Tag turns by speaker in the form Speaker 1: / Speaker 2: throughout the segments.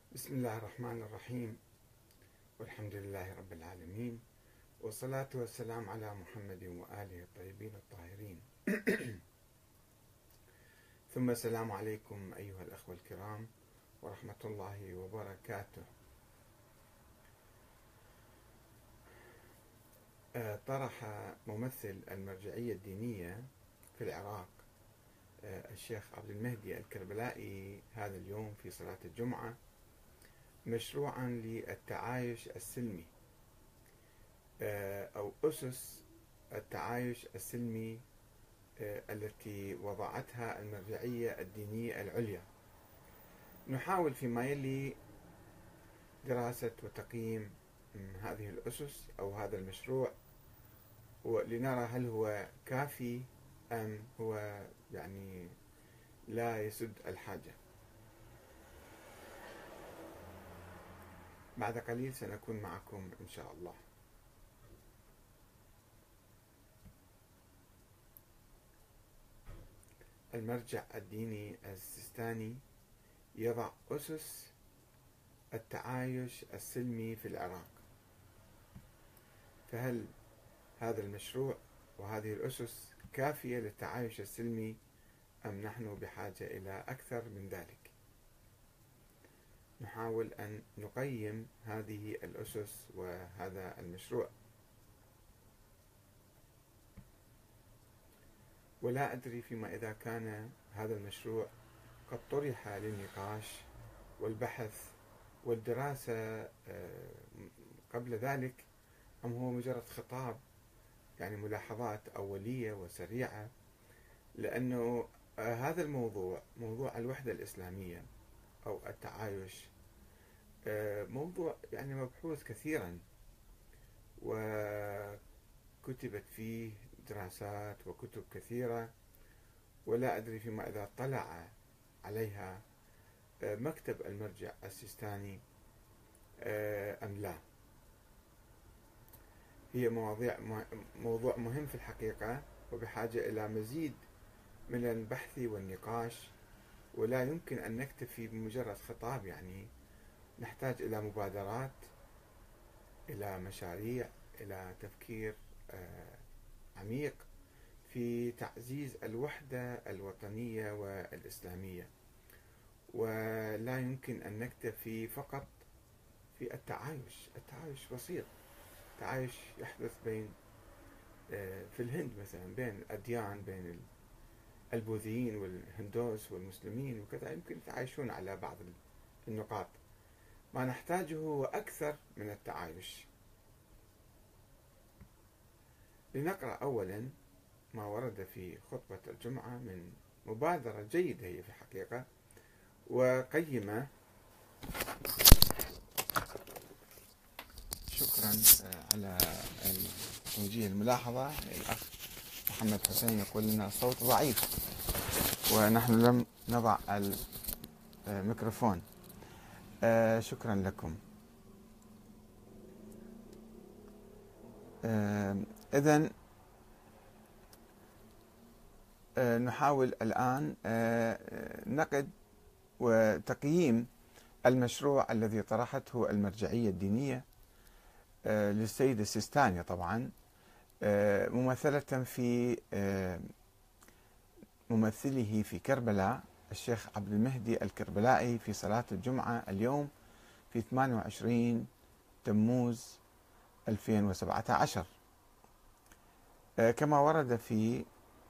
Speaker 1: بسم الله الرحمن الرحيم، والحمد لله رب العالمين، والصلاة والسلام على محمد وآله الطيبين الطاهرين. ثم السلام عليكم أيها الأخوة الكرام ورحمة الله وبركاته. طرح ممثل المرجعية الدينية في العراق الشيخ عبد المهدي الكربلائي هذا اليوم في صلاة الجمعة مشروعا للتعايش السلمي أو أسس التعايش السلمي التي وضعتها المرجعية الدينية العليا. نحاول فيما يلي دراسة وتقييم هذه الأسس أو هذا المشروع، ولنرى هل هو كافي أم هو لا يسد الحاجة. بعد قليل سنكون معكم إن شاء الله. المرجع الديني السيستاني يضع أسس التعايش السلمي في العراق، فهل هذا المشروع وهذه الأسس كافية للتعايش السلمي أم نحن بحاجة إلى أكثر من ذلك؟ نحاول أن نقيم هذه الأسس وهذا المشروع، ولا أدري فيما إذا كان هذا المشروع قد طرح للنقاش والبحث والدراسة قبل ذلك، أم هو مجرد خطاب ملاحظات أولية وسريعة. لأنه هذا الموضوع، موضوع الوحدة الإسلامية أو التعايش، موضوع مبحوث كثيرا وكتبت فيه دراسات وكتب كثيرة، ولا أدري فيما إذا اطلع عليها مكتب المرجع السيستاني أم لا. هي موضوع مهم في الحقيقة، وبحاجة إلى مزيد من البحث والنقاش، ولا يمكن أن نكتفي بمجرد خطاب. نحتاج إلى مبادرات، إلى مشاريع، إلى تفكير عميق في تعزيز الوحدة الوطنية والإسلامية، ولا يمكن أن نكتفي فقط في التعايش. التعايش بسيط، التعايش يحدث في الهند مثلا بين الأديان، بين البوذيين والهندوس والمسلمين وكذا، يمكن يتعايشون على بعض النقاط. ما نحتاجه هو أكثر من التعايش. لنقرأ أولا ما ورد في خطبة الجمعة من مبادرة جيدة هي في الحقيقة وقيمة. شكرا على توجيه الملاحظة. الأخ محمد حسين يقول لنا الصوت ضعيف ونحن لم نضع الميكروفون. شكرا لكم. إذن نحاول الآن نقد وتقييم المشروع الذي طرحته المرجعية الدينية للسيد السيستاني، طبعا ممثلة في ممثله في كربلاء الشيخ عبد المهدي الكربلائي في صلاة الجمعة اليوم في 28 تموز 2017. كما ورد في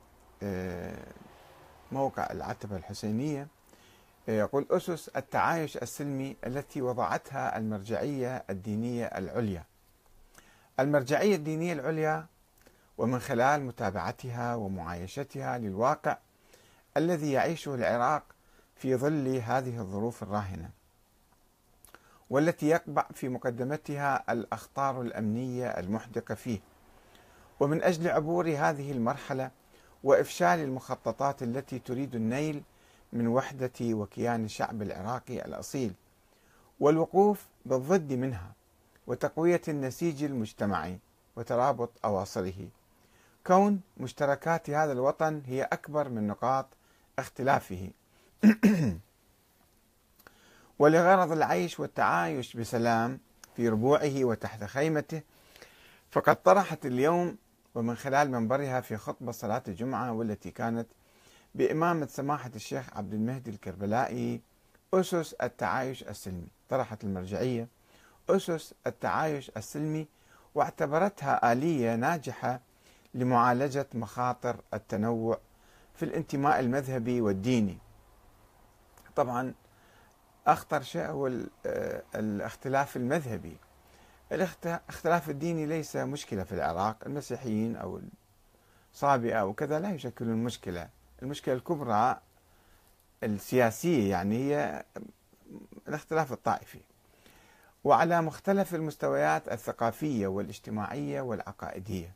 Speaker 1: موقع العتبة الحسينية، يقول: أسس التعايش السلمي التي وضعتها المرجعية الدينية العليا. المرجعية الدينية العليا، ومن خلال متابعتها ومعايشتها للواقع الذي يعيشه العراق في ظل هذه الظروف الراهنة، والتي يقبع في مقدمتها الأخطار الأمنية المحدقة فيه، ومن أجل عبور هذه المرحلة وإفشال المخططات التي تريد النيل من وحدة وكيان الشعب العراقي الأصيل، والوقوف بالضد منها، وتقوية النسيج المجتمعي وترابط أواصره، كون مشتركات هذا الوطن هي أكبر من نقاط اختلافه. ولغرض العيش والتعايش بسلام في ربوعه وتحت خيمته، فقد طرحت اليوم ومن خلال منبرها في خطبة صلاة الجمعة والتي كانت بإمامة سماحة الشيخ عبد المهدي الكربلائي أسس التعايش السلمي. طرحت المرجعية أسس التعايش السلمي واعتبرتها آلية ناجحة لمعالجة مخاطر التنوع في الانتماء المذهبي والديني. طبعا أخطر شيء هو الاختلاف المذهبي. الاختلاف الديني ليس مشكلة في العراق، المسيحيين أو الصابئة وكذا لا يشكلون مشكلة. المشكلة الكبرى السياسية يعني هي الاختلاف الطائفي، وعلى مختلف المستويات الثقافية والاجتماعية والعقائدية.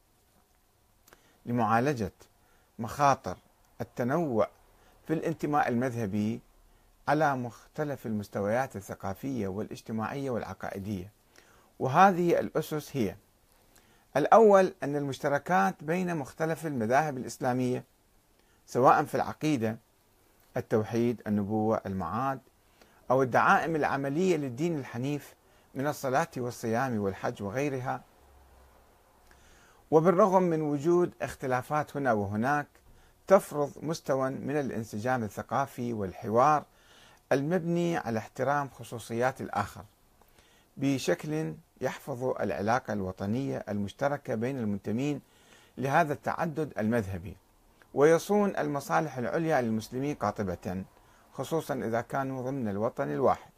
Speaker 1: لمعالجة مخاطر التنوع في الانتماء المذهبي على مختلف المستويات الثقافية والاجتماعية والعقائدية. وهذه الأسس هي: الأول أن المشتركات بين مختلف المذاهب الإسلامية سواء في العقيدة، التوحيد، النبوة، المعاد، أو الدعائم العملية للدين الحنيف من الصلاة والصيام والحج وغيرها، وبالرغم من وجود اختلافات هنا وهناك تفرض مستوى من الانسجام الثقافي والحوار المبني على احترام خصوصيات الآخر بشكل يحفظ العلاقة الوطنية المشتركة بين المنتمين لهذا التعدد المذهبي، ويصون المصالح العليا للمسلمين قاطبة، خصوصا إذا كانوا ضمن الوطن الواحد.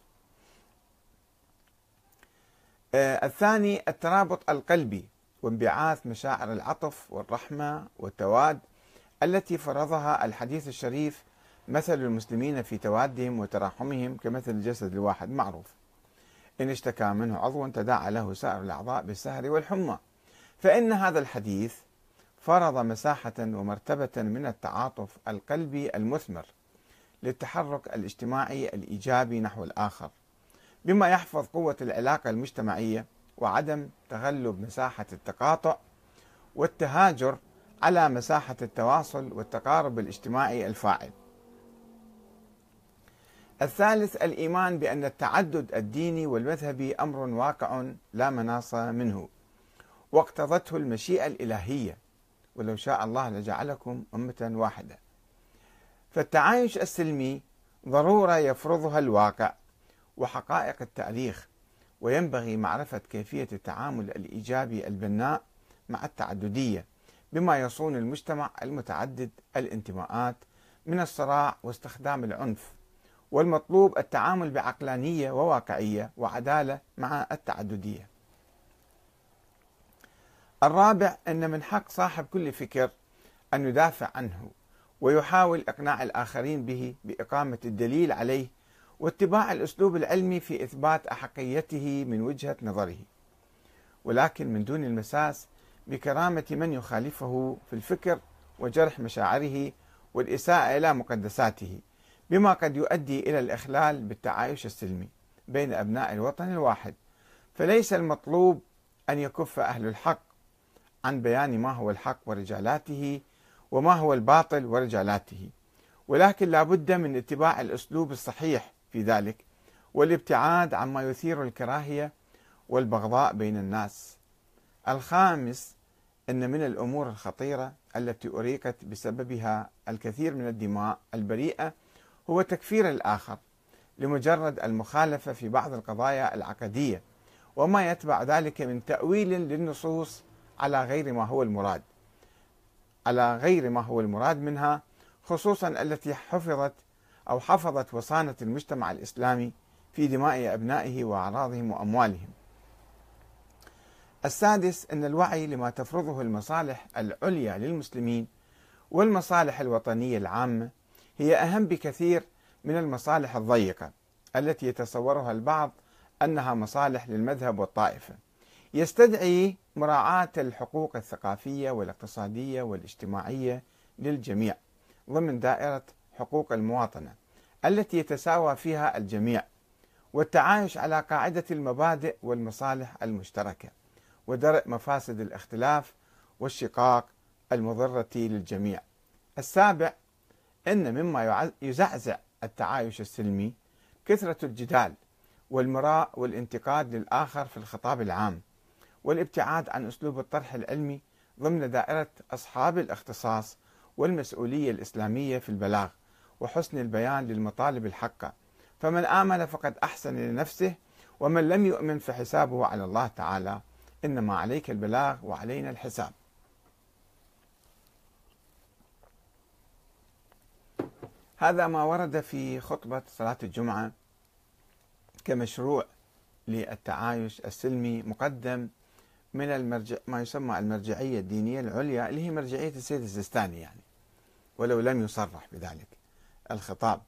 Speaker 1: الثاني الترابط القلبي وانبعاث مشاعر العطف والرحمة والتواد التي فرضها الحديث الشريف: مثل المسلمين في توادهم وتراحمهم كمثل الجسد الواحد معروف، إن اشتكى منه عضو تداعى له سائر الأعضاء بالسهر والحمى. فإن هذا الحديث فرض مساحة ومرتبة من التعاطف القلبي المثمر للتحرك الاجتماعي الإيجابي نحو الآخر، بما يحفظ قوة العلاقة المجتمعية وعدم تغلب مساحة التقاطع والتهاجر على مساحة التواصل والتقارب الاجتماعي الفاعل. الثالث الإيمان بأن التعدد الديني والمذهبي أمر واقع لا مناص منه، واقتضته المشيئة الإلهية، ولو شاء الله لجعلكم أمة واحدة. فالتعايش السلمي ضرورة يفرضها الواقع وحقائق التاريخ، وينبغي معرفة كيفية التعامل الإيجابي البناء مع التعددية بما يصون المجتمع المتعدد الانتماءات من الصراع واستخدام العنف، والمطلوب التعامل بعقلانية وواقعية وعدالة مع التعددية. الرابع أن من حق صاحب كل فكر أن يدافع عنه ويحاول إقناع الآخرين به بإقامة الدليل عليه واتباع الأسلوب العلمي في إثبات أحقيته من وجهة نظره، ولكن من دون المساس بكرامة من يخالفه في الفكر وجرح مشاعره والإساءة إلى مقدساته، بما قد يؤدي إلى الإخلال بالتعايش السلمي بين أبناء الوطن الواحد. فليس المطلوب أن يكف أهل الحق عن بيان ما هو الحق ورجالاته وما هو الباطل ورجالاته، ولكن لا بد من اتباع الأسلوب الصحيح في ذلك والابتعاد عما يثير الكراهية والبغضاء بين الناس. الخامس أن من الأمور الخطيرة التي أريقت بسببها الكثير من الدماء البريئة هو تكفير الآخر لمجرد المخالفة في بعض القضايا العقدية، وما يتبع ذلك من تأويل للنصوص على غير ما هو المراد منها، خصوصا التي حفظت وصانة المجتمع الإسلامي في دماء أبنائه وأعراضهم وأموالهم. السادس أن الوعي لما تفرضه المصالح العليا للمسلمين والمصالح الوطنية العامة هي أهم بكثير من المصالح الضيقة التي يتصورها البعض أنها مصالح للمذهب والطائفة. يستدعي مراعاة الحقوق الثقافية والاقتصادية والاجتماعية للجميع ضمن دائرة حقوق المواطنة التي يتساوى فيها الجميع، والتعايش على قاعدة المبادئ والمصالح المشتركة، ودرء مفاسد الاختلاف والشقاق المضرة للجميع. السابع أن مما يزعزع التعايش السلمي كثرة الجدال والمراء والانتقاد للآخر في الخطاب العام، والابتعاد عن أسلوب الطرح العلمي ضمن دائرة أصحاب الاختصاص والمسؤولية الإسلامية في البلاغ وحسن البيان للمطالب الحقة. فمن آمن فقد أحسن لنفسه، ومن لم يؤمن فحسابه على الله تعالى، إنما عليك البلاغ وعلينا الحساب. هذا ما ورد في خطبة صلاة الجمعة كمشروع للتعايش السلمي مقدم من ما يسمى المرجعية الدينية العليا، اللي هي مرجعية السيد السيستاني يعني، ولو لم يصرح بذلك الخطاب.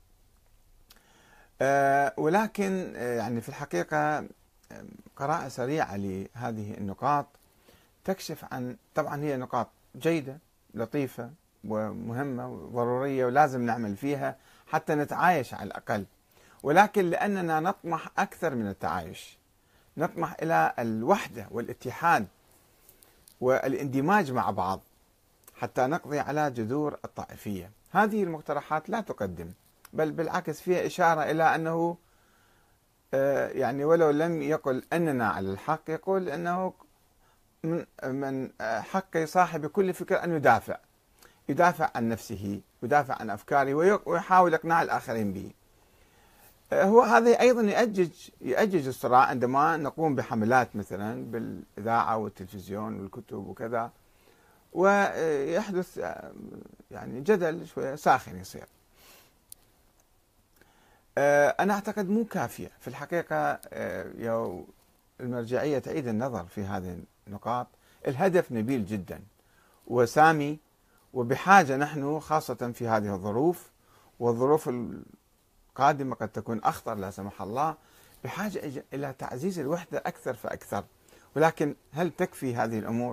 Speaker 1: ولكن يعني في الحقيقة قراءة سريعة لهذه النقاط تكشف عن، طبعا هي نقاط جيدة لطيفة ومهمة وضرورية ولازم نعمل فيها حتى نتعايش على الأقل، ولكن لأننا نطمح أكثر من التعايش، نطمح إلى الوحدة والاتحاد والاندماج مع بعض حتى نقضي على جذور الطائفية. هذه المقترحات لا تقدم، بل بالعكس فيها إشارة إلى أنه يعني ولو لم يقل أننا على الحق، يقول أنه من حق صاحب كل فكرة أن يدافع عن نفسه، يدافع عن أفكاره ويحاول إقناع الآخرين به. هو هذا أيضا يؤجج الصراع عندما نقوم بحملات مثلا بالإذاعة والتلفزيون والكتب وكذا، ويحدث يعني جدل شوية ساخن يصير. أنا أعتقد مو كافية في الحقيقة. المرجعية تعيد النظر في هذه النقاط. الهدف نبيل جدا وسامي، وبحاجة نحن خاصة في هذه الظروف، والظروف القادمة قد تكون أخطر لا سمح الله، بحاجة إلى تعزيز الوحدة أكثر فأكثر. ولكن هل تكفي هذه الأمور؟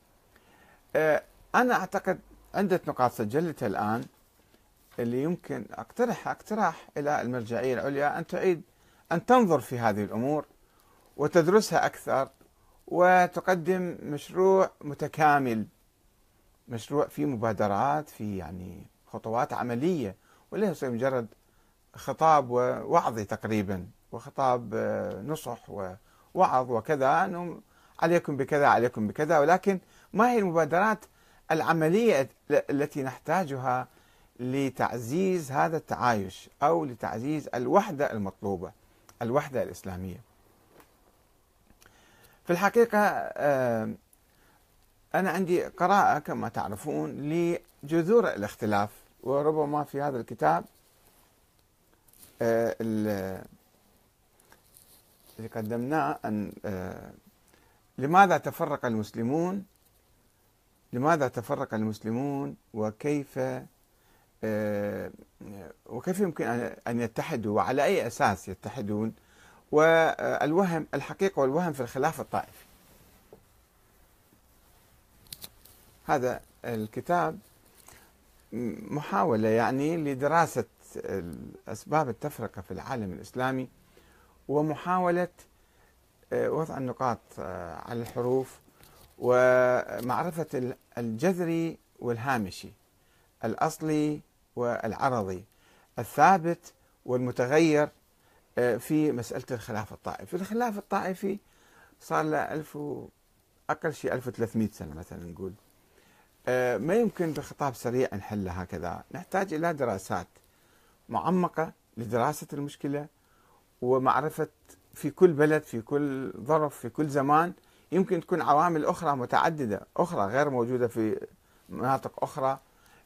Speaker 1: أنا أعتقد عدة نقاط سجلتها الآن اللي يمكن اقتراح إلى المرجعية العليا أن تعيد أن تنظر في هذه الأمور وتدرسها أكثر، وتقدم مشروع متكامل، مشروع فيه مبادرات، فيه يعني خطوات عملية، وليس مجرد خطاب ووعظي تقريبا، وخطاب نصح ووعظ وكذا، أنه عليكم بكذا عليكم بكذا، ولكن ما هي المبادرات العملية التي نحتاجها لتعزيز هذا التعايش أو لتعزيز الوحدة المطلوبة، الوحدة الإسلامية. في الحقيقة أنا عندي قراءة كما تعرفون لجذور الاختلاف، وربما في هذا الكتاب اللي قدمناه أن لماذا تفرق المسلمون وكيف يمكن أن يتحدوا، وعلى أي أساس يتحدون، والوهم الحقيقة والوهم في الخلاف الطائفي. هذا الكتاب محاولة يعني لدراسة أسباب التفرقة في العالم الإسلامي، ومحاولة وضع النقاط على الحروف، ومعرفة الجذري والهامشي، الأصلي والعرضي، الثابت والمتغير في مسألة الخلاف الطائفي. الخلاف الطائفي صار له أقل شيء 1300 سنة مثلا نقول. ما يمكن بخطاب سريع نحل هكذا، نحتاج إلى دراسات معمقة لدراسة المشكلة، ومعرفة في كل بلد، في كل ظرف، في كل زمان يمكن تكون عوامل أخرى متعددة أخرى غير موجودة في مناطق أخرى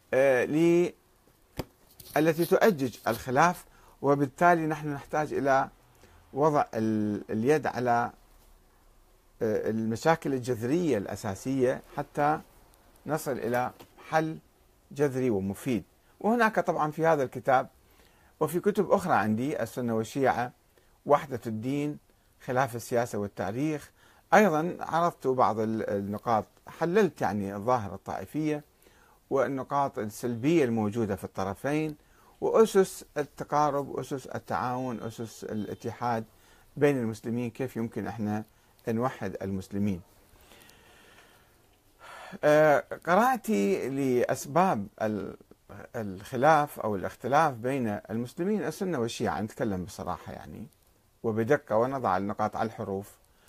Speaker 1: التي تؤجج الخلاف، وبالتالي نحن نحتاج إلى وضع اليد على المشاكل الجذرية الأساسية حتى نصل إلى حل جذري ومفيد. وهناك طبعا في هذا الكتاب وفي كتب أخرى عندي، السنة والشيعة، وحدة الدين، خلاف السياسة والتاريخ، أيضا عرضت بعض النقاط، حللت يعني الظاهرة الطائفية والنقاط السلبية الموجودة في الطرفين، وأسس التقارب، وأسس التعاون، أسس الاتحاد بين المسلمين، كيف يمكن احنا نوحد المسلمين. قراءتي لأسباب الخلاف أو الاختلاف بين المسلمين السنة والشيعة، نتكلم بصراحة يعني وبدقة ونضع النقاط على الحروف.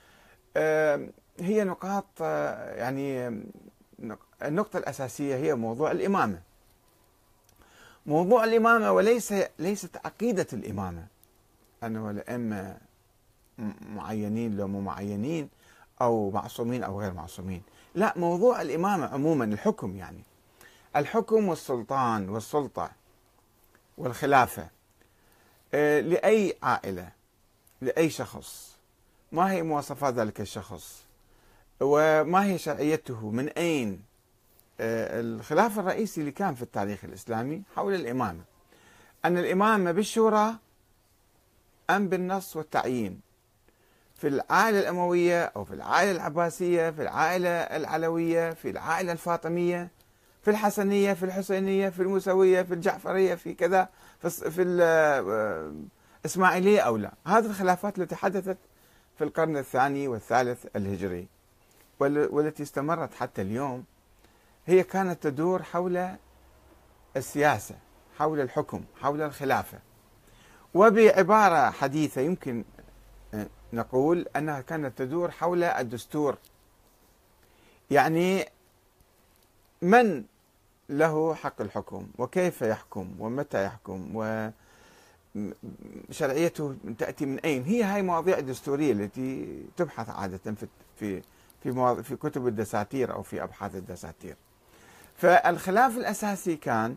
Speaker 1: هي نقاط يعني النقطة الأساسية هي موضوع الإمامة. موضوع الإمامة ليست عقيدة الإمامة، أنه الأئمة معينين لو مو معينين أو معصومين أو غير معصومين. لا، موضوع الإمامة عموما الحكم، يعني الحكم والسلطان والسلطة والخلافة لأي عائلة، لأي شخص، ما هي مواصفات ذلك الشخص وما هي شرعيته، من أين. الخلاف الرئيسي اللي كان في التاريخ الإسلامي حول الإمامة، أن الإمامة بالشورى أم بالنص والتعيين، في العائلة الأموية أو في العائلة العباسية، في العائلة العلوية، في العائلة الفاطمية، في الحسنية، في الحسينية، في الموسوية، في الجعفرية، في كذا، في الإسماعيلية أو لا. هذه الخلافات التي حدثت في القرن الثاني والثالث الهجري والتي استمرت حتى اليوم، هي كانت تدور حول السياسة، حول الحكم، حول الخلافة. وبعبارة حديثة يمكن نقول أنها كانت تدور حول الدستور، يعني من له حق الحكم وكيف يحكم ومتى يحكم وشرعيته تأتي من أين. هي هاي مواضيع الدستورية التي تبحث عادة في كتب الدساتير أو في أبحاث الدساتير. فالخلاف الأساسي كان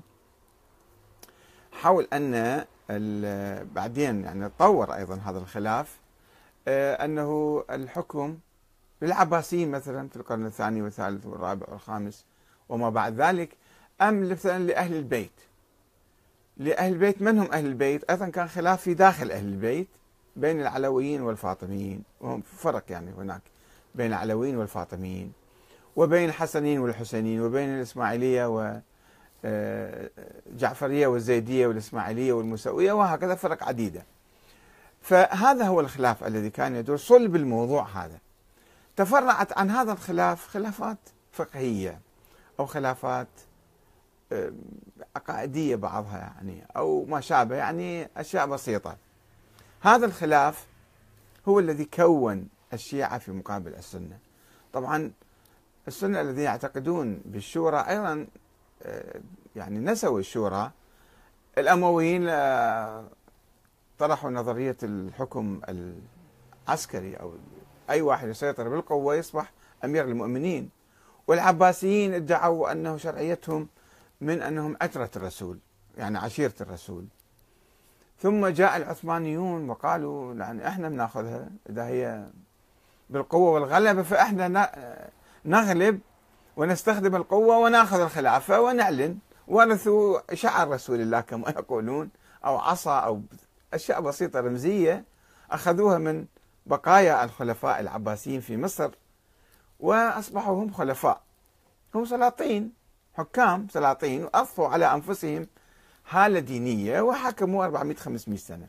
Speaker 1: حول أن بعدين يعني تطور أيضا هذا الخلاف، أنه الحكم للعباسيين مثلا في القرن الثاني والثالث والرابع والخامس وما بعد ذلك، أم مثلا لأهل البيت. لأهل البيت، من هم أهل البيت؟ أيضا كان خلاف في داخل أهل البيت بين العلويين والفاطميين، وهم فرق يعني هناك بين العلويين والفاطميين، وبين الحسنيين والحسينيين، وبين الإسماعيلية وجعفرية والزيدية والإسماعيلية والموسوية، وهكذا فرق عديدة. فهذا هو الخلاف الذي كان يدور صلب الموضوع هذا. تفرعت عن هذا الخلاف خلافات فقهية أو خلافات عقائدية بعضها يعني أو ما شابه، يعني أشياء بسيطة. هذا الخلاف هو الذي كون الشيعة في مقابل السنة. طبعا السنة الذين يعتقدون بالشورى أيضا يعني نسوا الشورى. الأمويين طرحوا نظرية الحكم العسكري، أو أي واحد يسيطر بالقوة يصبح أمير المؤمنين. والعباسيين ادعوا أنه شرعيتهم من أنهم عترة الرسول، يعني عشيرة الرسول. ثم جاء العثمانيون وقالوا يعني احنا بناخذها اذا هي بالقوة والغلبة، فاحنا نغلب ونستخدم القوة وناخذ الخلافة ونعلن. ورثوا شعر رسول الله كما يقولون، أو عصا أو أشياء بسيطة رمزية أخذوها من بقايا الخلفاء العباسيين في مصر، وأصبحوا هم خلفاء، هم سلاطين، حكام سلاطين، وأضفوا على أنفسهم هالة دينية وحكموا 400-500 سنة.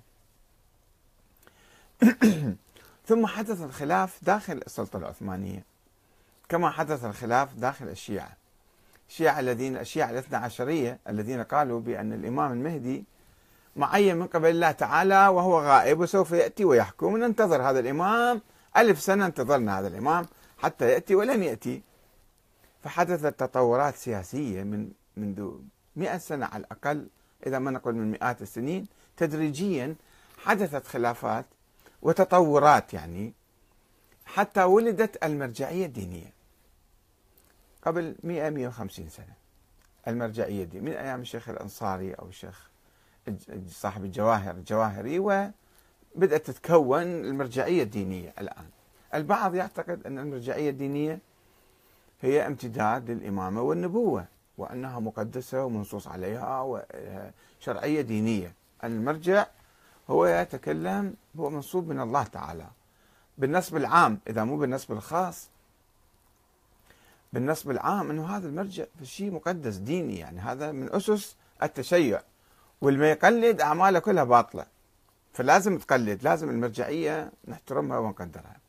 Speaker 1: ثم حدث الخلاف داخل السلطة العثمانية، كما حدث الخلاف داخل الشيعة. الشيعة الاثنى عشرية الذين قالوا بأن الإمام المهدي معين من قبل الله تعالى وهو غائب وسوف يأتي ويحكم، ننتظر هذا الإمام 1000 سنة، انتظرنا هذا الإمام حتى يأتي ولم يأتي. فحدثت تطورات سياسية منذ 100 سنة على الأقل، إذا ما نقول من مئات السنين. تدريجيا حدثت خلافات وتطورات، يعني حتى ولدت المرجعية الدينية قبل 100-150 سنة. المرجعية دي من أيام الشيخ الأنصاري أو الشيخ صاحب الجواهري، وبدأت تتكون المرجعية الدينية. الآن البعض يعتقد أن المرجعية الدينية هي امتداد للإمامة والنبوة، وأنها مقدسة ومنصوص عليها وشرعية دينية. المرجع هو يتكلم، هو منصوب من الله تعالى بالنسب العام، إذا مو بالنسب الخاص. بالنسب العام أنه هذا المرجع في شيء مقدس ديني، يعني هذا من أسس التشيع، واللي يقلد أعماله كلها باطلة، فلازم تقلد، لازم المرجعية نحترمها ونقدرها.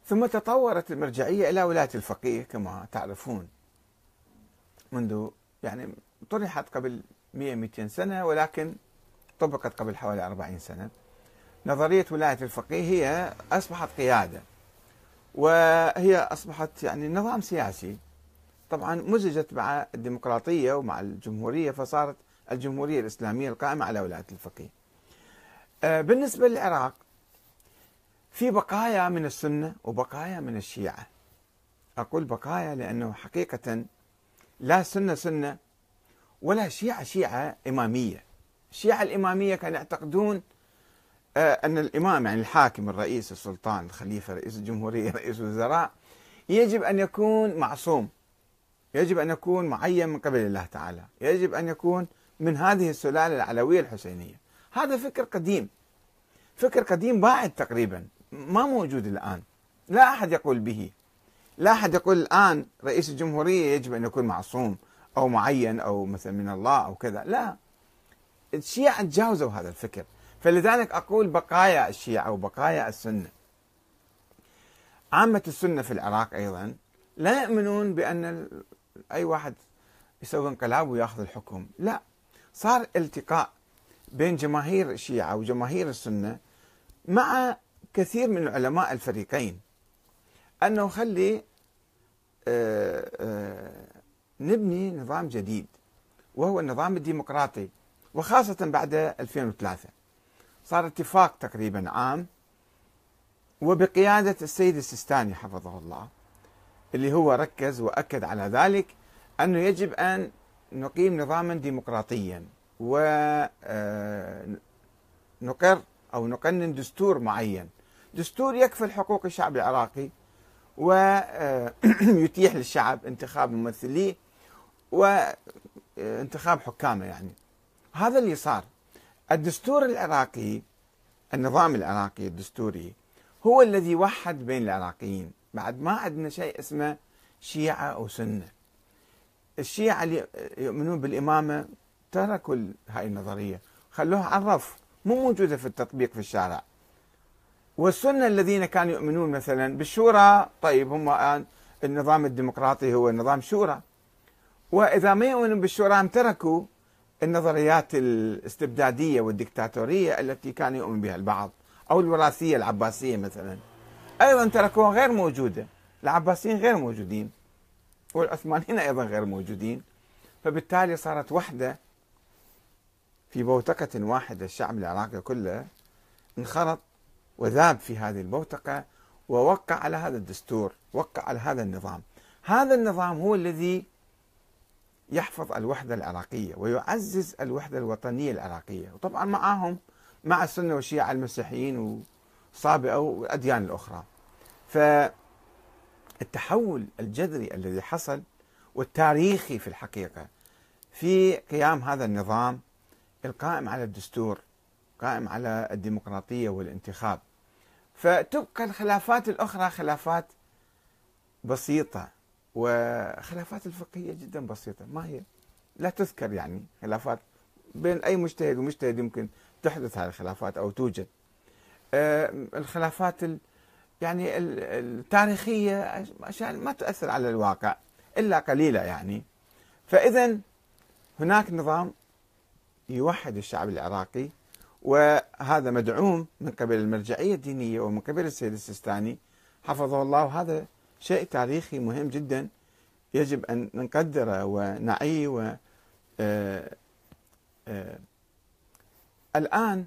Speaker 1: ثم تطورت المرجعية إلى ولاية الفقيه كما تعرفون، منذ يعني طرحت قبل 100-200 سنة، ولكن طبقت قبل حوالي 40 سنة. نظرية ولاية الفقيه هي أصبحت قيادة، وهي أصبحت يعني نظام سياسي، طبعا مزجت مع الديمقراطية ومع الجمهورية، فصارت الجمهورية الإسلامية القائمة على ولاية الفقيه. بالنسبة للعراق في بقايا من السنة وبقايا من الشيعة. أقول بقايا لأنه حقيقة لا سنة سنة ولا شيعة شيعة إمامية. الشيعة الإمامية كانوا يعتقدون أن الإمام يعني الحاكم، الرئيس، السلطان، الخليفة، رئيس الجمهورية، رئيس الوزراء، يجب أن يكون معصوم، يجب أن يكون معين من قبل الله تعالى، يجب أن يكون من هذه السلالة العلوية الحسينية. هذا فكر قديم، فكر قديم باعد تقريبا، ما موجود الآن، لا أحد يقول به، لا أحد يقول الآن رئيس الجمهورية يجب أن يكون معصوم أو معين أو مثلا من الله أو كذا، لا. الشيعة تجاوزوا هذا الفكر، فلذلك أقول بقايا الشيعة وبقايا السنة. عامة السنة في العراق أيضا لا يؤمنون بأن أي واحد يسوي انقلاب ويأخذ الحكم، لا. صار التقاء بين جماهير الشيعة وجماهير السنة مع كثير من علماء الفريقين، أنه خلي نبني نظام جديد وهو النظام الديمقراطي، وخاصة بعد 2003 صار اتفاق تقريبا عام وبقيادة السيد السيستاني حفظه الله، اللي هو ركز وأكد على ذلك أنه يجب أن نقيم نظاما ديمقراطيا ونقر أو نقنن دستور معين، دستور يكفل حقوق الشعب العراقي ويتيح للشعب انتخاب ممثليه وانتخاب حكامه. يعني هذا اللي صار. الدستور العراقي، النظام العراقي الدستوري هو الذي وحد بين العراقيين. بعد ما عندنا شيء اسمه شيعة أو سنة. الشيعة اللي يؤمنون بالإمامة تركوا هاي النظرية، خلوها عرف، مو موجودة في التطبيق في الشارع. والسنة الذين كانوا يؤمنون مثلا بالشورى، طيب هم الآن النظام الديمقراطي هو نظام شورى، وإذا ما يؤمنون بالشورى تركوا النظريات الاستبدادية والديكتاتورية التي كان يؤمن بها البعض، أو الوراثية العباسية مثلا أيضا تركوها، غير موجودة. العباسيين غير موجودين والعثمانيين أيضا غير موجودين، فبالتالي صارت وحدة في بوتقة واحدة. الشعب العراقي كله انخرط وذاب في هذه البوتقة ووقع على هذا الدستور، وقع على هذا النظام. هذا النظام هو الذي يحفظ الوحدة العراقية ويعزز الوحدة الوطنية العراقية، وطبعا معهم مع السنة والشيعة المسيحيين والصابئة والأديان الأخرى. فالتحول الجذري الذي حصل والتاريخي في الحقيقة في قيام هذا النظام القائم على الدستور، قائم على الديمقراطية والانتخاب، فتبقى الخلافات الأخرى خلافات بسيطة، وخلافات الفقهية جدا بسيطة، ما هي لا تذكر، يعني خلافات بين أي مجتهد ومجتهد يمكن تحدث هذه الخلافات أو توجد. الخلافات يعني التاريخية أشياء ما تؤثر على الواقع إلا قليلة يعني. فإذا هناك نظام يوحد الشعب العراقي، وهذا مدعوم من قبل المرجعية الدينية ومن قبل السيد السيستاني حفظه الله، وهذا شيء تاريخي مهم جدا يجب أن نقدره ونعيه. الآن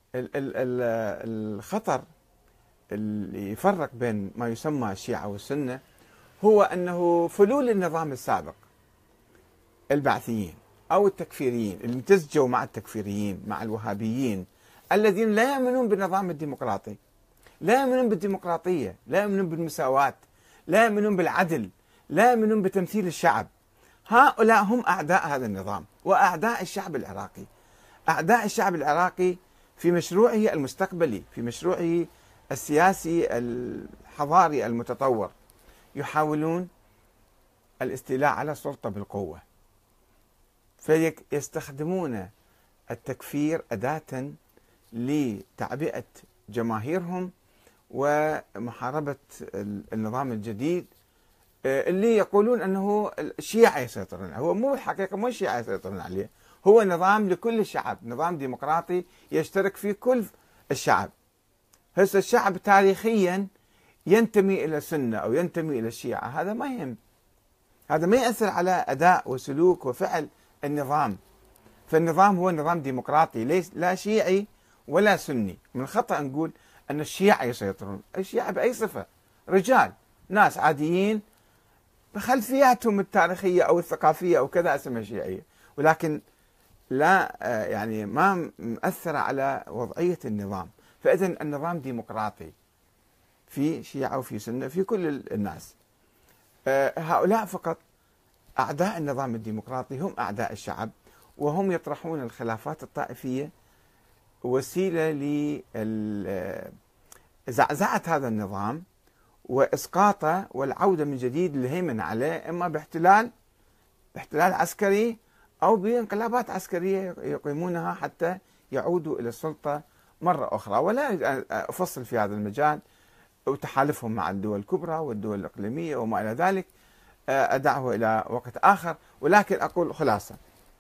Speaker 1: الخطر اللي يفرق بين ما يسمى الشيعة والسنة هو أنه فلول النظام السابق، البعثيين أو التكفيريين اللي امتزجوا مع التكفيريين مع الوهابيين الذين لا يؤمنون بالنظام الديمقراطي، لا يؤمنون بالديمقراطية، لا يؤمنون بالمساواة، لا يؤمنون بالعدل، لا يؤمنون بتمثيل الشعب. هؤلاء هم أعداء هذا النظام وأعداء الشعب العراقي، أعداء الشعب العراقي في مشروعه المستقبلي، في مشروعه السياسي الحضاري المتطور. يحاولون الاستيلاء على السلطة بالقوة، فيستخدمون التكفير أداة لتعبئة جماهيرهم ومحاربة النظام الجديد اللي يقولون أنه الشيعة يسيطرون عليه. هو مو الحقيقة، مو الشيعة يسيطرون عليه، هو نظام لكل الشعب، نظام ديمقراطي يشترك فيه كل الشعب. هسه الشعب تاريخيا ينتمي إلى السنة أو ينتمي إلى الشيعة، هذا ما يهم، هذا ما يأثر على أداء وسلوك وفعل النظام. فالنظام هو نظام ديمقراطي، ليس لا شيعي ولا سني. من الخطأ نقول أن الشيعة يسيطرون. الشيعة بأي صفة؟ رجال، ناس عاديين بخلفياتهم التاريخية أو الثقافية أو كذا اسمها شيعية، ولكن لا يعني ما مؤثرة على وضعية النظام. فإذا النظام ديمقراطي، في شيعة وفي سنة، في كل الناس. هؤلاء فقط أعداء النظام الديمقراطي هم أعداء الشعب، وهم يطرحون الخلافات الطائفية وسيلة لزعزعة هذا النظام وإسقاطه والعودة من جديد للهيمنة عليه، إما باحتلال عسكري أو بانقلابات عسكرية يقيمونها حتى يعودوا إلى السلطة مرة أخرى. ولا أفصل في هذا المجال وتحالفهم مع الدول الكبرى والدول الإقليمية وما إلى ذلك، أدعه إلى وقت آخر، ولكن أقول خلاصة.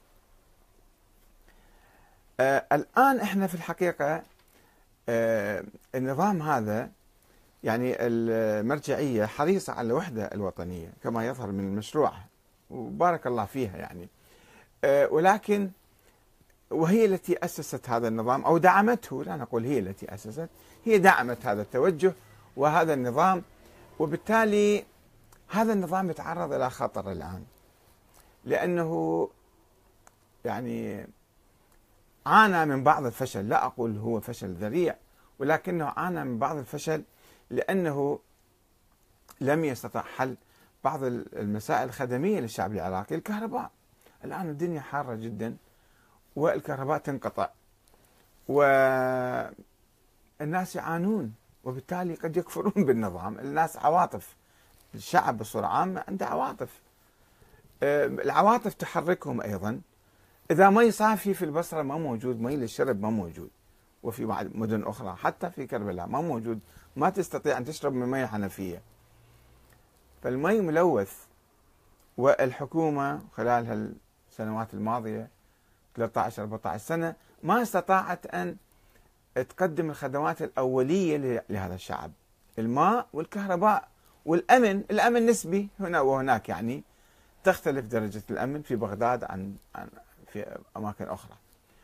Speaker 1: الآن إحنا في الحقيقة النظام هذا، يعني المرجعية حريصة على الوحدة الوطنية كما يظهر من المشروع، وبارك الله فيها يعني، ولكن وهي التي أسست هذا النظام أو دعمته، لا نقول هي التي أسست، هي دعمت هذا التوجه وهذا النظام، وبالتالي هذا النظام يتعرض إلى خطر الآن، لأنه يعني عانى من بعض الفشل. لا أقول هو فشل ذريع، ولكنه عانى من بعض الفشل لأنه لم يستطع حل بعض المسائل الخدمية للشعب العراقي. الكهرباء، الآن الدنيا حارة جدا والكهرباء تنقطع والناس يعانون، وبالتالي قد يكفرون بالنظام. الناس عواطف، الشعب بصورة عامة عنده عواطف، العواطف تحركهم أيضا. إذا مي صافي في البصرة ما موجود، مي للشرب ما موجود، وفي بعض مدن أخرى حتى في كربلاء ما موجود، ما تستطيع أن تشرب من مي حنفية، فالمي ملوث. والحكومة خلال هالسنوات الماضية 13-14 سنة ما استطاعت أن تقدم الخدمات الأولية لهذا الشعب، الماء والكهرباء والأمن. الأمن نسبي هنا وهناك، يعني تختلف درجة الأمن في بغداد عن في أماكن أخرى.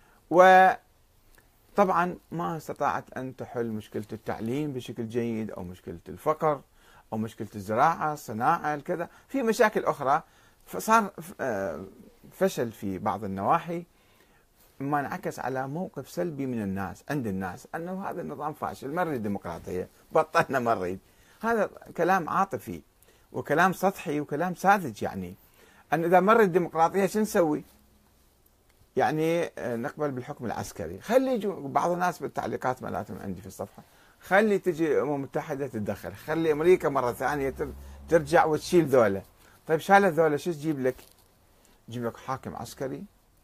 Speaker 1: وطبعا ما استطاعت أن تحل مشكلة التعليم بشكل جيد، أو مشكلة الفقر، أو مشكلة الزراعة، الصناعة، الكذا، في مشاكل أخرى. فصار فشل في بعض النواحي، ما انعكس على موقف سلبي من الناس، عند الناس، أنه هذا النظام فاشل، ما نريد ديمقراطية، بطلنا ما نريد. هذا كلام عاطفي وكلام سطحي وكلام ساذج. يعني أن إذا مرت الديمقراطية شو نسوي؟ يعني نقبل بالحكم العسكري. خلي يجوا بعض الناس بالتعليقات مالتهم عندي في الصفحة، خلي تجي الأمم المتحدة تتدخل، خلي أمريكا مرة ثانية ترجع وتشيل ذولا. طيب شالت ذولا شو تجيب لك؟ تجيب لك حاكم عسكري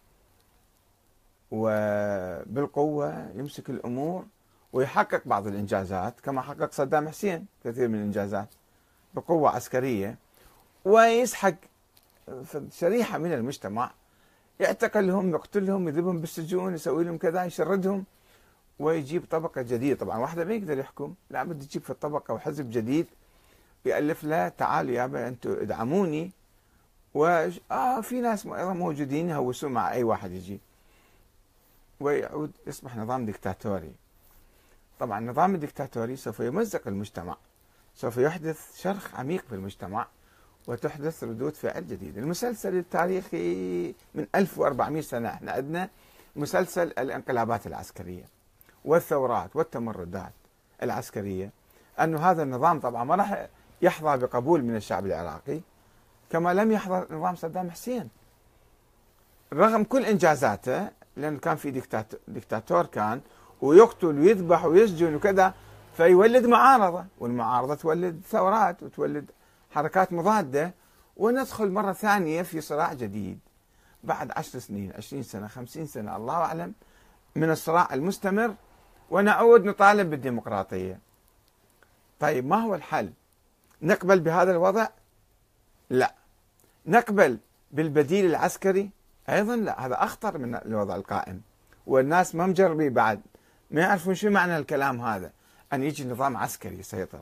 Speaker 1: وبالقوة يمسك الأمور ويحقق بعض الإنجازات كما حقق صدام حسين كثير من الإنجازات بقوة عسكرية، ويسحق شريحة من المجتمع، يعتقلهم، يقتلهم، يذبهم بالسجون، يسوي لهم كذا، يشردهم، ويجيب طبقة جديدة. طبعا واحدة ما يقدر يحكم، لابد يجيب في الطبقة وحزب جديد يألف له، تعالوا يابا أنتم ادعموني، في ناس موجودين يهوسون مع أي واحد يجي، ويعود يصبح نظام ديكتاتوري. طبعا النظام الديكتاتوري سوف يمزق المجتمع، سوف يحدث شرخ عميق في المجتمع، وتحدث ردود فعل جديدة. المسلسل التاريخي من 1400 سنة احنا عندنا مسلسل الانقلابات العسكرية والثورات والتمردات العسكرية، أنه هذا النظام طبعا ما راح يحظى بقبول من الشعب العراقي كما لم يحظى نظام صدام حسين رغم كل إنجازاته، لأنه كان في ديكتاتور كان، ويقتل ويذبح ويسجن وكذا، فيولد معارضة، والمعارضة تولد ثورات وتولد حركات مضادة، وندخل مرة ثانية في صراع جديد بعد 10 سنين 20 سنة 50 سنة الله أعلم من الصراع المستمر، ونعود نطالب بالديمقراطية. طيب ما هو الحل؟ نقبل بهذا الوضع؟ لا. نقبل بالبديل العسكري؟ أيضا لا، هذا أخطر من الوضع القائم، والناس ما مجربين بعد، ما يعرفون شو معنى الكلام هذا، أن يجي نظام عسكري يسيطر.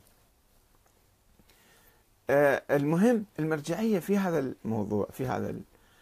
Speaker 1: المهم المرجعية في هذا الموضوع، في هذا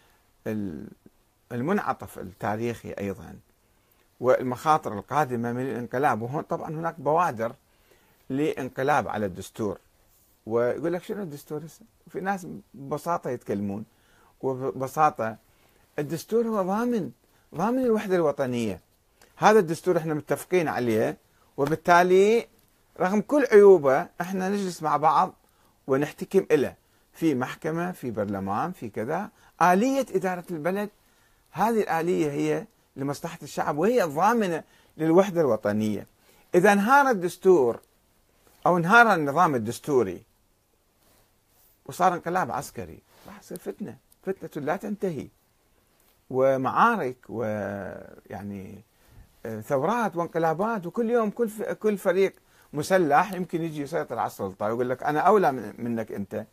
Speaker 1: المنعطف التاريخي أيضا، والمخاطر القادمة من الانقلاب. وهون طبعا هناك بوادر لانقلاب على الدستور، ويقول لك شنو الدستور هسه؟ في ناس ببساطة يتكلمون، وببساطة الدستور هو ضامن الوحدة الوطنية. هذا الدستور احنا متفقين عليه، وبالتالي رغم كل عيوبه احنا نجلس مع بعض ونحتكم إله في محكمة، في برلمان، في كذا. آلية إدارة البلد، هذه الآلية هي لمصلحة الشعب، وهي الضامنة للوحدة الوطنية. إذا انهار الدستور أو انهار النظام الدستوري وصار انقلاب عسكري، راح يصير فتنة لا تنتهي، ومعارك ويعني ثورات وانقلابات، وكل يوم كل فريق مسلح يمكن يجي يسيطر على السلطة ويقول لك أنا أولى منك أنت،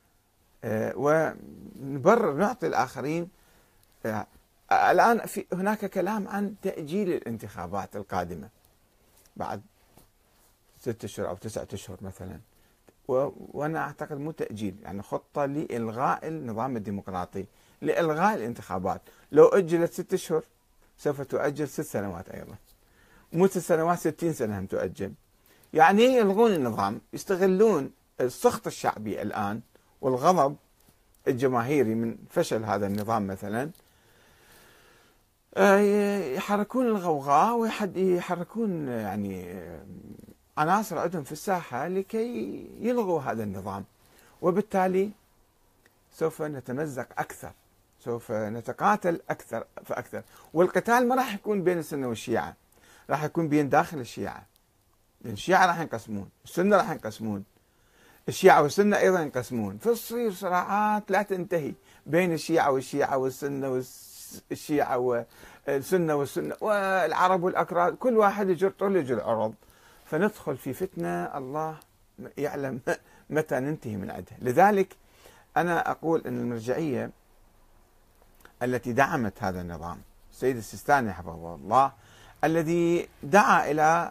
Speaker 1: ونبرر نعطي الآخرين. الآن هناك كلام عن تأجيل الانتخابات القادمة بعد 6 أشهر أو 9 أشهر مثلا، وأنا أعتقد مو تأجيل، يعني خطة لإلغاء النظام الديمقراطي، لإلغاء الانتخابات. لو أجلت 6 أشهر سوف تؤجل 6 سنوات أيضا، مو 6 سنوات 60 سنة هم تؤجل. يعني يلغون النظام، يستغلون السخط الشعبي الآن والغضب الجماهيري من فشل هذا النظام مثلا، يحركون الغوغاء ويحركون يعني عناصر عندهم في الساحة لكي يلغوا هذا النظام، وبالتالي سوف نتمزق أكثر، سوف نتقاتل أكثر فأكثر. والقتال ما راح يكون بين السنة والشيعة، راح يكون بين داخل الشيعة، لأن الشيعة راح ينقسمون، السنة راح ينقسمون، الشيعة والسنة أيضا ينقسمون، فتصير صراعات لا تنتهي بين الشيعة والسنة والشيعة والسنة والعرب والأكراد، كل واحد يجر طول يجر عرض، فندخل في فتنة الله يعلم متى ننتهي من عندها. لذلك أنا أقول أن المرجعية التي دعمت هذا النظام، السيد السيستاني حفظه الله، الذي دعا إلى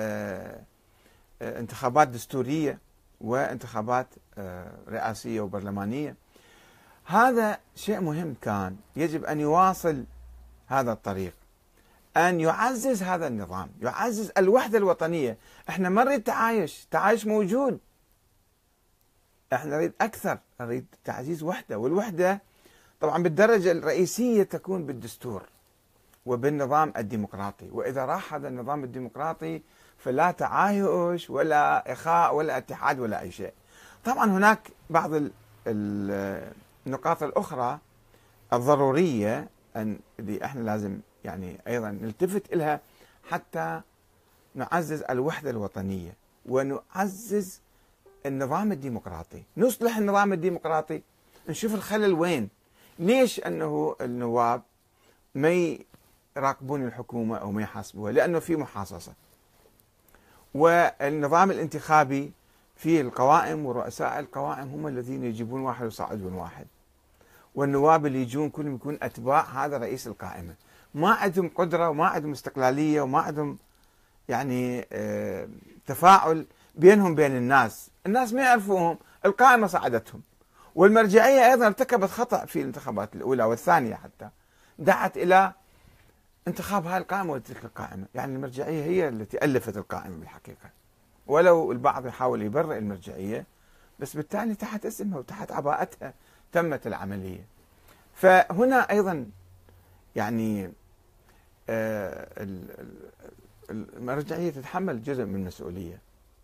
Speaker 1: انتخابات دستورية وانتخابات رئاسية وبرلمانية، هذا شيء مهم، كان يجب أن يواصل هذا الطريق، أن يعزز هذا النظام، يعزز الوحدة الوطنية. احنا ما نريد تعايش موجود، احنا نريد أكثر، نريد تعزيز وحدة، والوحدة طبعا بالدرجة الرئيسية تكون بالدستور وبالنظام الديمقراطي. وإذا راح هذا النظام الديمقراطي فلا تعايش ولا إخاء ولا اتحاد ولا أي شيء. طبعا هناك بعض النقاط الأخرى الضرورية اللي احنا لازم يعني أيضا نلتفت إلها حتى نعزز الوحدة الوطنية ونعزز النظام الديمقراطي، نصلح النظام الديمقراطي، نشوف الخلل وين. ليش أنه النواب ما يراقبون الحكومة أو ما يحاسبوها؟ لأنه في محاصصة. والنظام الانتخابي فيه القوائم ورؤساء القوائم هم الذين يجيبون واحد ويصعدون واحد، والنواب اللي يجون كلهم يكون أتباع هذا رئيس القائمة، ما عندهم قدرة وما عندهم استقلالية وما عندهم يعني تفاعل بينهم بين الناس ما يعرفوهم، القائمة صعدتهم. والمرجعية أيضا ارتكبت خطأ في الانتخابات الأولى والثانية، حتى دعت إلى انتخاب هاي القائمة وتلك القائمة، يعني المرجعية هي التي ألفت القائمة بالحقيقة، ولو البعض يحاول يبرئ المرجعية، بس بالتالي تحت اسمها وتحت عباءتها تمت العملية. فهنا أيضا يعني المرجعية تتحمل جزء من المسؤولية.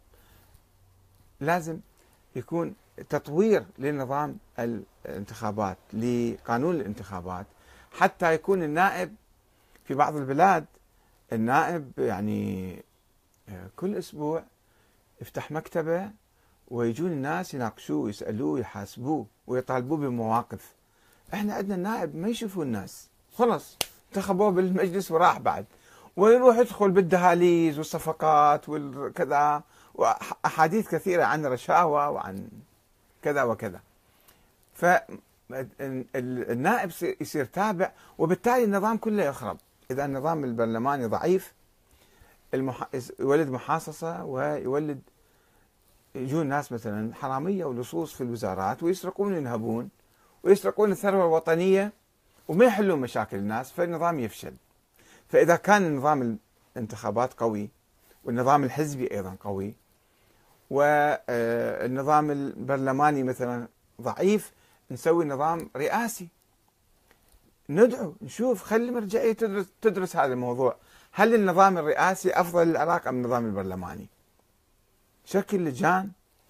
Speaker 1: لازم يكون تطوير لنظام الانتخابات، لقانون الانتخابات، حتى يكون النائب في بعض البلاد، النائب يعني كل أسبوع يفتح مكتبة ويجون الناس يناقشوه يسألوه يحاسبوه ويطالبوه بمواقف. احنا عندنا النائب ما يشوفوا الناس، خلص انتخبوه بالمجلس وراح بعد، ويروح يدخل بالدهاليز والصفقات والكذا وأحاديث كثيرة عن الرشاوى وعن كذا وكذا. فالنائب يصير تابع، وبالتالي النظام كله يخرب. إذا النظام البرلماني ضعيف يولد محاصصة، ويولد يجون ناس مثلا حرامية ولصوص في الوزارات ويسرقون وينهبون ويسرقون الثروة الوطنية وما يحلون مشاكل الناس، فالنظام يفشل. فإذا كان نظام الانتخابات قوي والنظام الحزبي أيضا قوي والنظام البرلماني مثلا ضعيف، نسوي نظام رئاسي، ندعو نشوف، خلي المرجعية تدرس هذا الموضوع، هل النظام الرئاسي أفضل للعراق أم النظام البرلماني؟ شكل لجان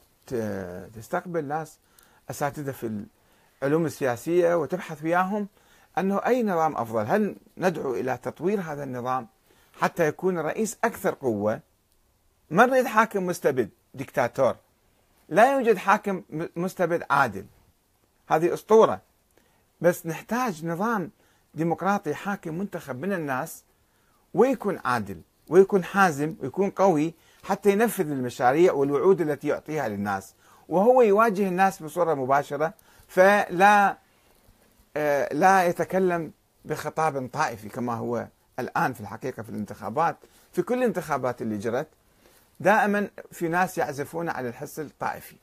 Speaker 1: تستقبل ناس أساتذة في العلوم السياسية وتبحث وياهم أنه أي نظام أفضل. هل ندعو إلى تطوير هذا النظام حتى يكون الرئيس أكثر قوة؟ ما نريد حاكم مستبد ديكتاتور، لا يوجد حاكم مستبد عادل، هذه أسطورة. بس نحتاج نظام ديمقراطي حاكم منتخب من الناس، ويكون عادل ويكون حازم ويكون قوي حتى ينفذ المشاريع والوعود التي يعطيها للناس، وهو يواجه الناس بصورة مباشرة، فلا لا يتكلم بخطاب طائفي كما هو الآن في الحقيقة في الانتخابات. في كل الانتخابات اللي جرت دائما في ناس يعزفون على الحس الطائفي،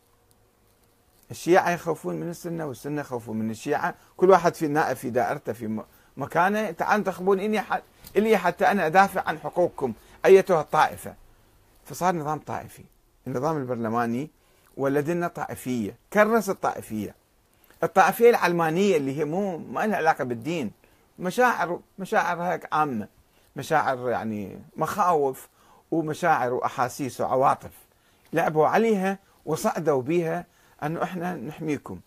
Speaker 1: الشيعة يخوفون من السنة والسنة يخوفون من الشيعة، كل واحد في نائب في دائرته في مكانه، تعالوا انتخبون إلي حتى أنا أدافع عن حقوقكم أيتها الطائفة. فصار نظام طائفي. النظام البرلماني ولد لنا طائفية، كرس الطائفية العلمانية اللي هي ما لها علاقة بالدين، مشاعر هيك عامة، مشاعر يعني مخاوف ومشاعر وأحاسيس وعواطف، لعبوا عليها وصعدوا بها أنه إحنا نحميكم.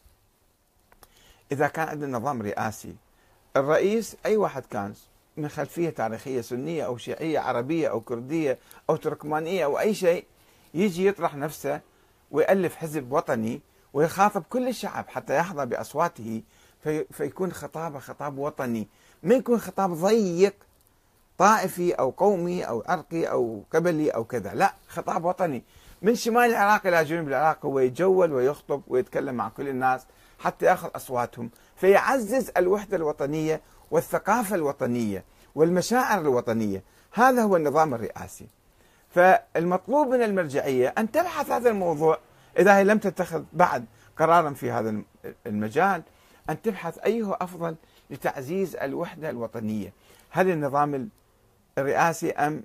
Speaker 1: إذا كان عندنا نظام رئاسي، الرئيس أي واحد كان من خلفية تاريخية سنية أو شيعية عربية أو كردية أو تركمانية أو أي شيء، يجي يطرح نفسه ويألف حزب وطني ويخاطب كل الشعب حتى يحظى بأصواته، فيكون خطابه خطاب وطني، ما يكون خطاب ضيق طائفي أو قومي أو عرقي أو قبلي أو كذا، لا، خطاب وطني من شمال العراق إلى جنوب العراق، هو يتجول ويخطب ويتكلم مع كل الناس حتى يأخذ أصواتهم، فيعزز الوحدة الوطنية والثقافة الوطنية والمشاعر الوطنية. هذا هو النظام الرئاسي. فالمطلوب من المرجعية أن تبحث هذا الموضوع، إذا هي لم تتخذ بعد قرارا في هذا المجال، أن تبحث أيه أفضل لتعزيز الوحدة الوطنية، هل النظام الرئاسي أم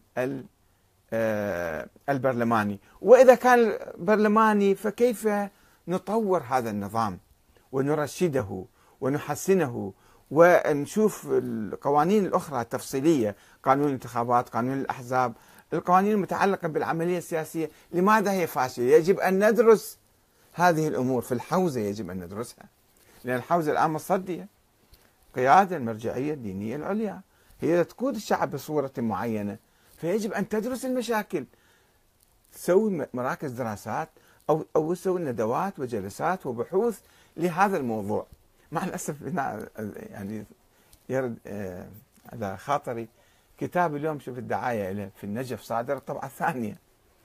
Speaker 1: البرلماني؟ وإذا كان برلماني فكيف نطور هذا النظام ونرشده ونحسنه ونشوف القوانين الأخرى التفصيلية، قانون الانتخابات، قانون الأحزاب، القوانين المتعلقة بالعملية السياسية، لماذا هي فاشلة؟ يجب أن ندرس هذه الأمور في الحوزة، يجب أن ندرسها، لأن الحوزة الآن مصدية، قيادة المرجعية الدينية العليا هي تقود الشعب بصورة معينة، فيجب أن تدرس المشاكل، تسوي مراكز دراسات أو تسوي ندوات وجلسات وبحوث لهذا الموضوع. مع الأسف يعني يرد على خاطري كتاب اليوم، شوف الدعاية له في النجف صادر الطبعة الثانية،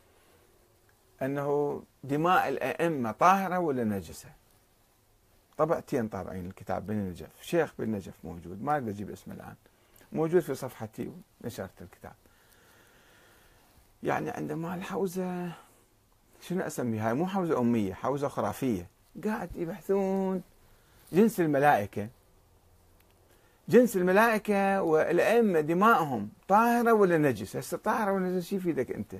Speaker 1: أنه دماء الأئمة طاهرة ولا نجسة، طبعتين طابعين الكتاب بالنجف، شيخ بالنجف موجود، ما أقدر أجيب اسمه الآن، موجود في صفحتي ونشرت الكتاب. يعني عندما الحوزة شنو أسميها، مو حوزة أمية، حوزة خرافية، قاعد يبحثون جنس الملائكة، جنس الملائكة والأئمة دماءهم طاهرة ولا نجسة. هسه طاهرة ولا نجسة شو يفيدك أنت؟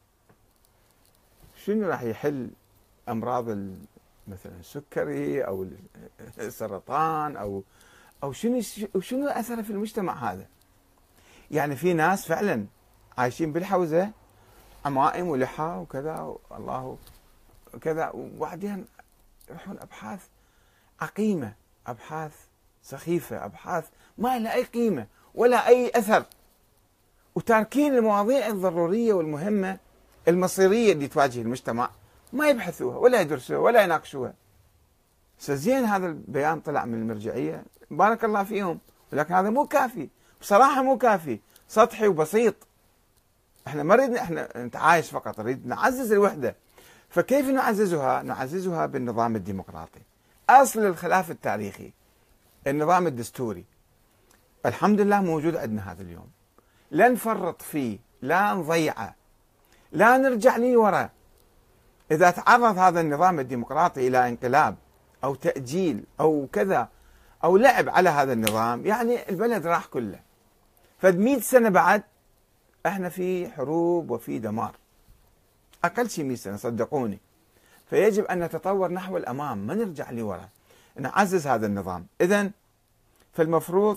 Speaker 1: شنو راح يحل أمراض مثلا السكري أو السرطان أو شنو أثره في المجتمع هذا؟ يعني في ناس فعلا عايشين بالحوزة، عمائم ولحى وكذا والله كذا، وبعدين يروحون أبحاث عقيمة، أبحاث سخيفة، أبحاث ما لها أي قيمة ولا أي أثر، وتاركين المواضيع الضرورية والمهمة المصيرية اللي تواجه المجتمع، ما يبحثوها ولا يدرسوها ولا يناقشوها. زين هذا البيان طلع من المرجعية، بارك الله فيهم، ولكن هذا مو كافي، بصراحة مو كافي، سطحي وبسيط. احنا ما نريد احنا نتعايش فقط، نريد نعزز الوحدة. فكيف نعززها؟ نعززها بالنظام الديمقراطي. أصل الخلاف التاريخي النظام الدستوري، الحمد لله موجود عندنا هذا اليوم، لا نفرط فيه، لا نضيعه، لا نرجع لي وراء. إذا تعرض هذا النظام الديمقراطي إلى انقلاب أو تأجيل أو كذا أو لعب على هذا النظام، يعني البلد راح كله. فد 100 سنة بعد احنا في حروب وفي دمار، أقل شيء 100 سنة صدقوني. فيجب أن نتطور نحو الأمام، ما نرجع لوراء، نعزز هذا النظام. إذن فالمفروض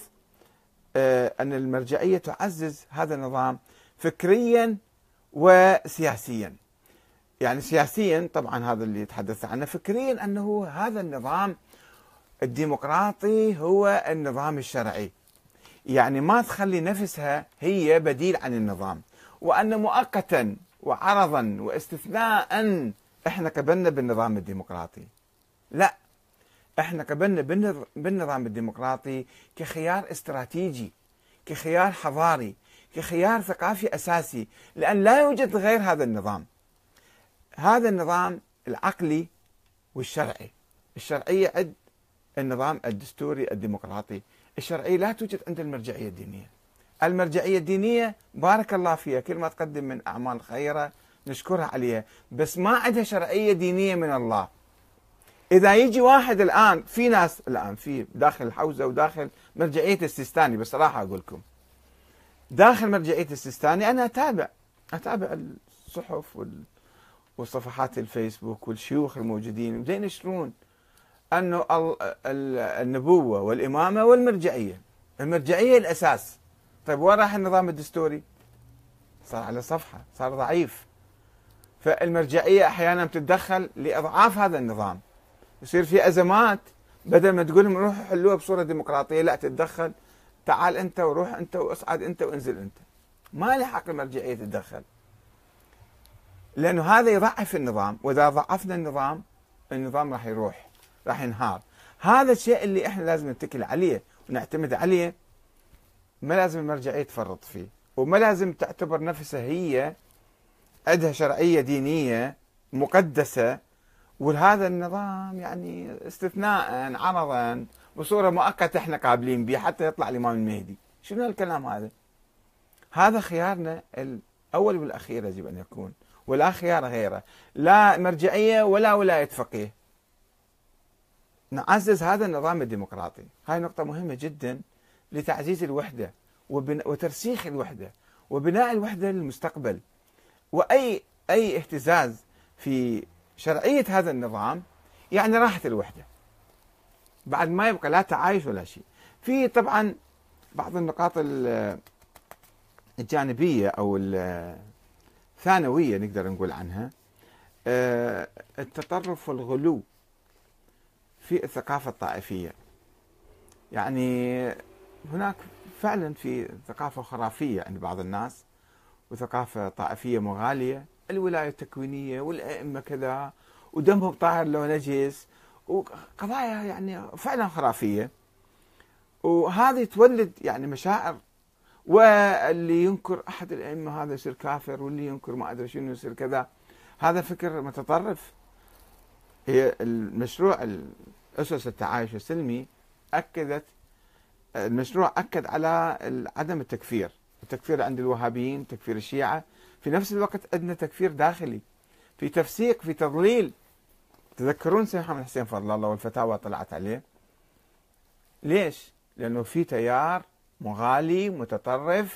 Speaker 1: أن المرجعية تعزز هذا النظام فكريا وسياسيا. يعني سياسيا طبعا هذا اللي يتحدث عنه، فكريا أنه هذا النظام الديمقراطي هو النظام الشرعي، يعني ما تخلي نفسها هي بديل عن النظام، وأن مؤقتا وعرضا واستثناء احنا قبلنا بالنظام الديمقراطي. لا، احنا قبلنا بالنظام الديمقراطي كخيار استراتيجي، كخيار حضاري، كخيار ثقافي أساسي، لأن لا يوجد غير هذا النظام. هذا النظام العقلي والشرعي. الشرعية عند النظام الدستوري الديمقراطي، الشرعية لا توجد عند المرجعية الدينية. المرجعية الدينية بارك الله فيها، كل ما تقدم من أعمال خيرة نشكرها عليها، بس ما عندها شرعية دينية من الله. إذا يجي واحد الآن، في ناس الآن في داخل الحوزة وداخل مرجعية السيستاني، بصراحة أقول لكم داخل مرجعية السيستاني أنا أتابع الصحف وصفحات الفيسبوك والشيوخ الموجودين زين ينشرون أنه النبوة والإمامة والمرجعية، المرجعية الأساس. طيب وين راح النظام الدستوري؟ صار على صفحة، صار ضعيف. فالمرجعية أحيانا تتدخل لإضعاف هذا النظام، يصير في أزمات، بدل ما تقول لهم روحوا حلوها بصورة ديمقراطية، لا تتدخل، تعال أنت وروح أنت واصعد أنت وانزل أنت. ما له حق المرجعية تتدخل، لأنه هذا يضعف النظام، وإذا ضعفنا النظام راح يروح، راح ينهار. هذا الشيء اللي احنا لازم نتكل عليه ونعتمد عليه، ما لازم المرجعية تفرط فيه، وما لازم تعتبر نفسها هي عندها شرعية دينية مقدسة، وهذا النظام يعني استثناء عرضا بصورة مؤقتة احنا قابلين به حتى يطلع الإمام المهدي. شنو الكلام هذا؟ هذا خيارنا الأول والأخير يجب أن يكون، ولا خيار غيره، لا مرجعية ولا ولاية فقيه. نعزز هذا النظام الديمقراطي. هاي نقطة مهمة جدا لتعزيز الوحدة وترسيخ الوحدة وبناء الوحدة للمستقبل. وأي اهتزاز في شرعية هذا النظام يعني راحت الوحدة، بعد ما يبقى لا تعايش ولا شيء. في طبعا بعض النقاط الجانبية أو الثانوية نقدر نقول عنها، التطرف والغلو في الثقافة الطائفية. يعني هناك فعلا في ثقافة خرافية عند بعض الناس، وثقافة طائفية مغالية، الولاية التكوينية والأئمة كذا، ودمهم طاهر لو نجس، وقضايا يعني فعلا خرافية. وهذه تولد يعني مشاعر، واللي ينكر أحد الأئمة هذا يصير كافر، واللي ينكر ما أدري شنو يصير كذا. هذا فكر متطرف. هي المشروع أسس التعايش السلمي المشروع أكد على عدم التكفير عند الوهابيين، تكفير الشيعة، في نفس الوقت عندنا تكفير داخلي، في تفسيق، في تضليل. تذكرون سيد محمد حسين فضل الله والفتاوى طلعت عليه. ليش؟ لأنه في تيار مغالي متطرف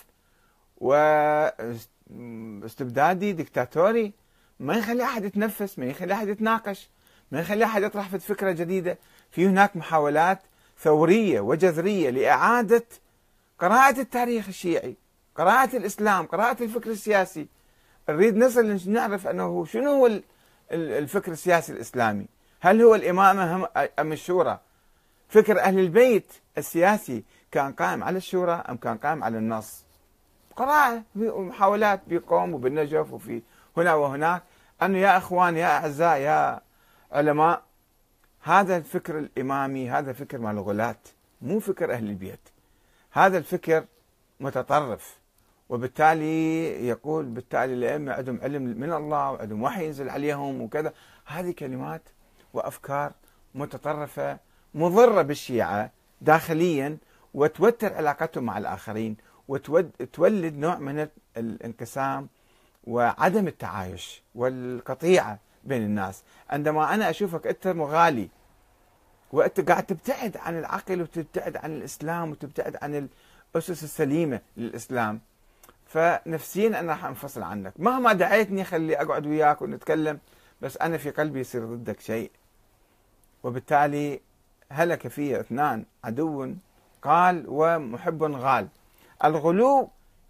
Speaker 1: واستبدادي ديكتاتوري، ما يخلي أحد يتنفس، ما يخلي أحد يتناقش، ما يخلي أحد يطرح في فكرة جديدة. في هناك محاولات ثورية وجذرية لإعادة قراءة التاريخ الشيعي، قراءة الإسلام، قراءة الفكر السياسي. نريد نصل نعرف أنه شنو هو الفكر السياسي الإسلامي. هل هو الإمامة أم الشورى؟ فكر أهل البيت السياسي كان قائم على الشورى أم كان قائم على النص؟ قراءة ومحاولات بقوم وبالنجف وفي هنا وهناك، أنه يا أخوان يا أعزاء يا علماء، هذا الفكر الإمامي هذا فكر مال الغلاة، مو فكر أهل البيت. هذا الفكر متطرف وبالتالي يقول بالتالي الأئمة عندهم علم من الله وعندهم وحي ينزل عليهم وكذا. هذه كلمات وأفكار متطرفة مضرة بالشيعة داخليا، وتوتر علاقتهم مع الآخرين، وتولد نوع من الانقسام وعدم التعايش والقطيعة بين الناس. عندما أنا أشوفك أنت مغالي وأنت قاعد تبتعد عن العقل وتبتعد عن الإسلام وتبتعد عن الأسس السليمة للإسلام، فنفسيا أنا راح أنفصل عنك. مهما دعيتني خلي أقعد وياك ونتكلم، بس أنا في قلبي يصير ضدك شيء. وبالتالي هلك في اثنان، عدو قال ومحب غال. الغلو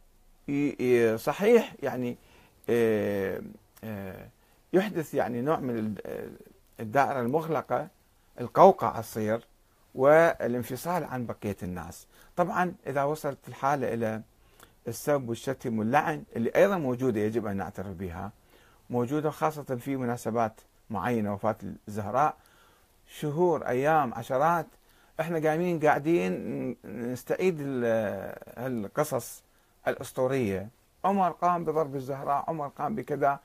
Speaker 1: صحيح يعني يحدث يعني نوع من الدائرة المغلقة، القوقعة تصير والانفصال عن بقية الناس. طبعا إذا وصلت الحالة إلى السب والشتم واللعن اللي أيضا موجودة يجب أن نعترف بها، موجودة خاصة في مناسبات معينة، وفاة الزهراء، شهور أيام عشرات احنا قاعدين نستعيد القصص الأسطورية. عمر قام بضرب الزهراء، عمر قام بكذا،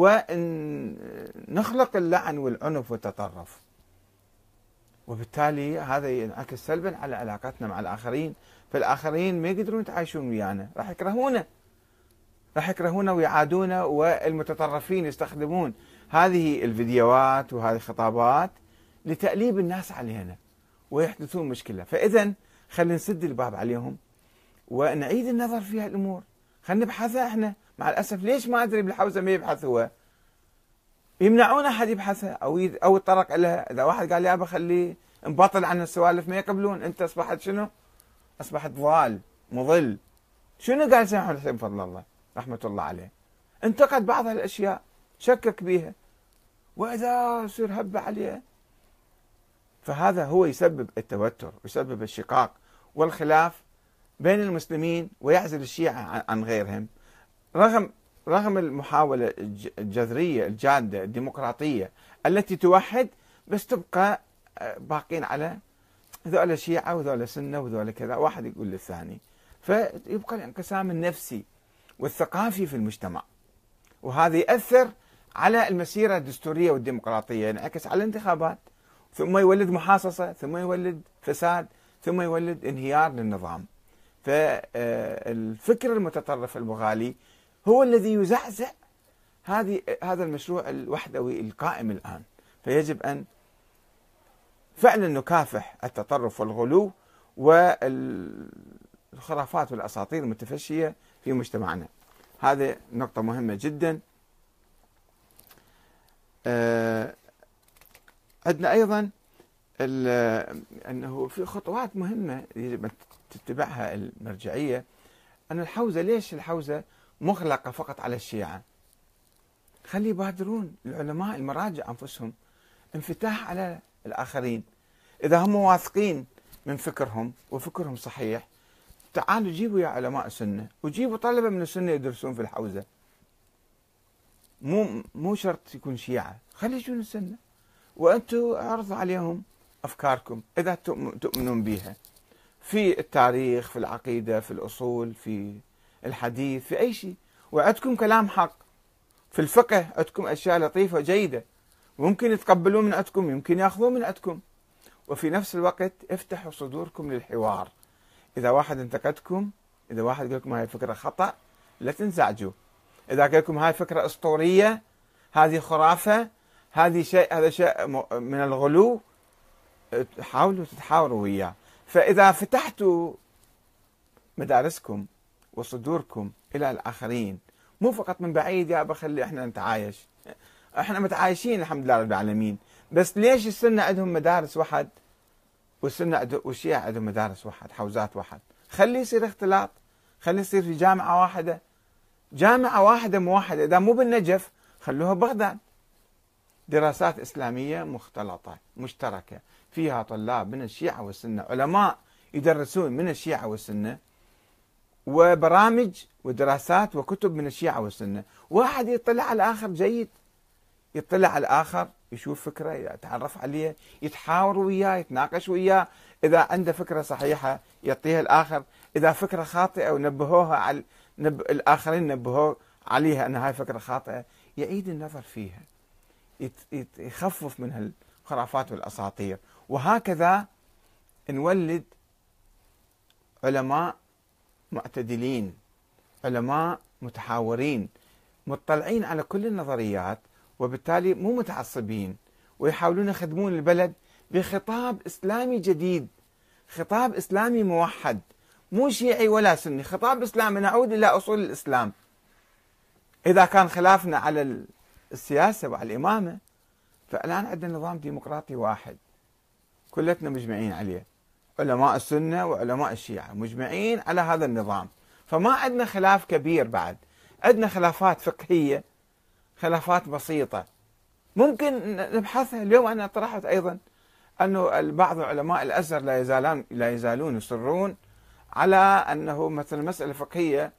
Speaker 1: ونخلق اللعن والعنف والتطرف، وبالتالي هذا ينعكس سلبا على علاقتنا مع الآخرين. فالآخرين ما يقدرون يتعايشون ويانا، راح يكرهونا ويعادونا، والمتطرفين يستخدمون هذه الفيديوهات وهذه الخطابات لتأليب الناس علينا ويحدثون مشكلة. فإذا خلينا نسد الباب عليهم ونعيد النظر في هالأمور، خلينا نبحثها احنا. مع الأسف ليش ما أدري بالحوزة ما يبحث هو، يمنعون أحد يبحثها أو يتطرق لها. إذا واحد قال لي أبا خليه انبطل عن السوالف ما يقبلون، أنت أصبحت شنو؟ أصبحت ضال مضل. شنو قال سيدنا حسين فضل الله رحمة الله عليه؟ انتقد بعض الأشياء، شكك بها، وإذا يصير هبة عليه. فهذا هو يسبب التوتر ويسبب الشقاق والخلاف بين المسلمين، ويعزل الشيعة عن غيرهم، رغم المحاولة الجذرية الجادة الديمقراطية التي توحد، بس تبقى باقين على ذولا شيعة وذولا سنة وذولا كذا، واحد يقول للثاني، فيبقى الانقسام النفسي والثقافي في المجتمع. وهذا يأثر على المسيرة الدستورية والديمقراطية، ينعكس على الانتخابات، ثم يولد محاصصة، ثم يولد فساد، ثم يولد انهيار للنظام. فالفكر المتطرف المغالي هو الذي يزعزع هذا المشروع الوحدوي القائم الآن. فيجب أن فعلا نكافح التطرف والغلو والخرافات والأساطير المتفشية في مجتمعنا. هذه نقطة مهمة جدا. عندنا أيضا أنه في خطوات مهمة يجب أن تتبعها المرجعية. أن الحوزة، ليش الحوزة مغلقة فقط على الشيعة؟ خلي يبادرون العلماء المراجع أنفسهم انفتاح على الآخرين. إذا هم واثقين من فكرهم وفكرهم صحيح، تعالوا جيبوا يا علماء السنة وجيبوا طلبة من السنة يدرسون في الحوزة. مو شرط يكون شيعة، خلي يجون السنة وأنتم اعرضوا عليهم أفكاركم إذا تؤمنون بها، في التاريخ، في العقيدة، في الأصول، في الحديث، في أي شيء. وعندكم كلام حق في الفقه، عندكم أشياء لطيفة جيدة ممكن يتقبلون من عندكم، يمكن يأخذون من عندكم. وفي نفس الوقت افتحوا صدوركم للحوار. إذا واحد انتقدكم، إذا واحد قال لكم هاي فكرة خطأ، لا تنزعجوا. إذا قال لكم هاي فكرة أسطورية، هذه خرافة، هذا شيء من الغلو، حاولوا تتحاوروا وياه. فإذا فتحتوا مدارسكم وصدوركم إلى الآخرين، مو فقط من بعيد يا أبا خلي إحنا نتعايش، إحنا متعايشين الحمد لله رب العالمين، بس ليش السنة عندهم مدارس واحد والشيعة عندهم مدارس واحد، حوزات واحد؟ خلي يصير اختلاط، خلي يصير في جامعة واحدة موحدة. إذا مو بالنجف خلوها بغداد، دراسات إسلامية مختلطة مشتركة فيها طلاب من الشيعة والسنة، علماء يدرسون من الشيعة والسنة، وبرامج ودراسات وكتب من الشيعة والسنة. واحد يطلع على الآخر جيد، يطلع على الآخر، يشوف فكرة، يتعرف عليه، يتحاور وياه، يتناقش وياه. إذا عنده فكرة صحيحة يعطيها الآخر، إذا فكرة خاطئة ونبهوها على الآخرين نبهوه عليها أن هاي فكرة خاطئة، يعيد النظر فيها، يخفف من الخرافات والأساطير. وهكذا نولد علماء معتدلين، علماء متحاورين، مطلعين على كل النظريات، وبالتالي مو متعصبين، ويحاولون يخدمون البلد بخطاب إسلامي جديد، خطاب إسلامي موحد، مو شيعي ولا سني، خطاب إسلامي نعود إلى أصول الإسلام. إذا كان خلافنا على السياسة وعلى الإمامة، فالآن عندنا نظام ديمقراطي واحد كلتنا مجمعين عليه، علماء السنة وعلماء الشيعة مجمعين على هذا النظام، فما عندنا خلاف كبير. بعد عندنا خلافات فقهية، خلافات بسيطة ممكن نبحثها. اليوم أنا طرحت أيضا أنه بعض علماء الأزهر لا يزالون يصرون على أنه مثلا مسألة فقهية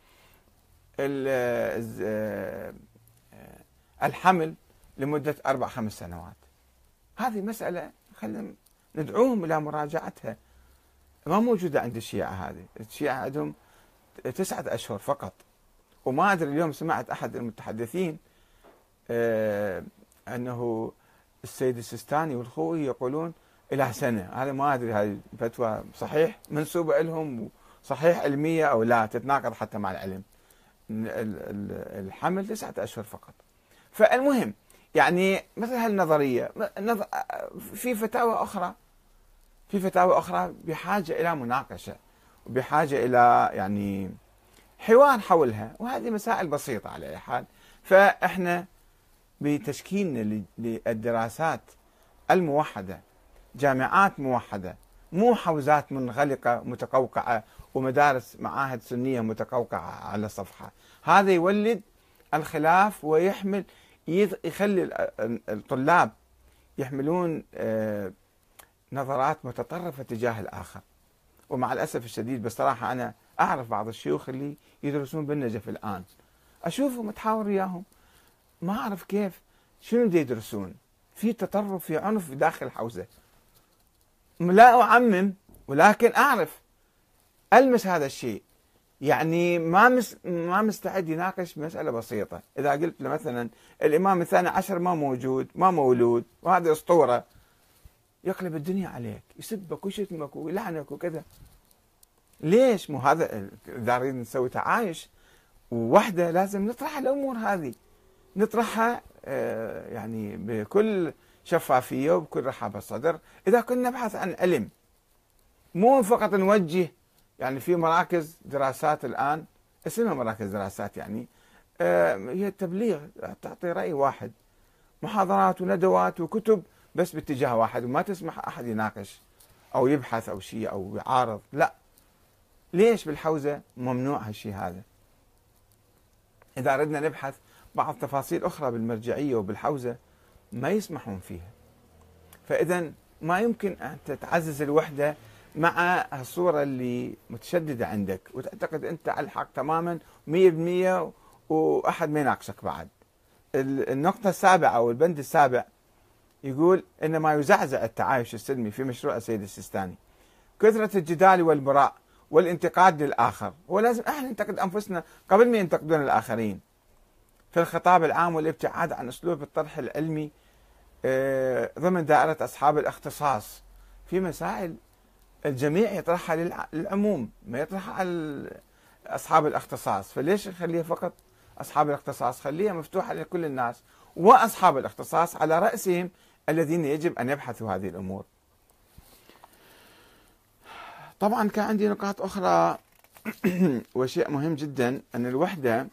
Speaker 1: الحمل لمدة 4-5 سنوات، هذه مسألة خلينا ندعوهم إلى مراجعتها، ما موجودة عند الشيعة. هذه الشيعة عندهم 9 أشهر فقط. وما أدري اليوم سمعت أحد المتحدثين أنه السيد السيستاني والخوئي يقولون إلى سنة. هذا ما أدري هذه فتوى صحيح منسوبة لهم صحيح علمية أو لا، تتناقض حتى مع العلم. الحمل 9 أشهر فقط. فالمهم يعني مثل هالنظرية في فتاوى أخرى بحاجة إلى مناقشة وبحاجة إلى يعني حوار حولها، وهذه مسائل بسيطة على أي حال. فإحنا بتشكيلنا للدراسات الموحدة، جامعات موحدة، مو حوزات منغلقة متقوقعة ومدارس معاهد سنية متقوقعة على صفحة. هذا يولد الخلاف ويحمل يخلي الطلاب يحملون نظرات متطرفة تجاه الآخر. ومع الأسف الشديد بصراحة أنا أعرف بعض الشيوخ اللي يدرسون بالنجف الآن، أشوفهم أتحاور وياهم ما أعرف كيف شنو دي يدرسون، في تطرف، في عنف داخل الحوزة. لا أعمم، ولكن أعرف ألمس هذا الشيء. يعني ما مستعد يناقش مسألة بسيطة. إذا قلت له مثلا الإمام الثاني عشر ما موجود، ما مولود، وهذه أسطورة، يقلب الدنيا عليك، يسبك ويشتمك ويلعنك وكذا. ليش؟ مو هذا إذا نريد نسوي تعايش ووحدة لازم نطرح الأمور هذه، نطرحها يعني بكل شفافية وبكل رحابة صدر. إذا كنا نبحث عن علم، مو فقط نوجه. يعني في مراكز دراسات الآن اسمها مراكز دراسات، يعني هي التبليغ، تعطي رأي واحد، محاضرات وندوات وكتب بس باتجاه واحد، وما تسمح أحد يناقش أو يبحث أو شيء أو يعارض. لا، ليش بالحوزة ممنوع هالشيء هذا؟ إذا أردنا نبحث بعض تفاصيل أخرى بالمرجعية وبالحوزة ما يسمحون فيها. فإذا ما يمكن أن تتعزز الوحدة مع الصورة اللي متشددة عندك وتعتقد أنت على الحق تماما 100% وأحد ما يناقشك بعد. النقطة السابعة أو البند السابع يقول إن ما يزعزع التعايش السلمي في مشروع السيد السيستاني كثرة الجدال والمراء والانتقاد للآخر. هو لازم احنا ننتقد أنفسنا قبل ما ينتقدون الآخرين في الخطاب العام، والابتعاد عن أسلوب الطرح العلمي ضمن دائرة أصحاب الاختصاص في مسائل الجميع يطرحها للعموم، ما يطرحها على أصحاب الاختصاص. فليش نخليها فقط أصحاب الاختصاص؟ خليها مفتوحة لكل الناس، وأصحاب الاختصاص على رأسهم الذين يجب أن يبحثوا هذه الأمور. طبعا كان عندي نقاط أخرى وشيء مهم جدا، أن الوحدة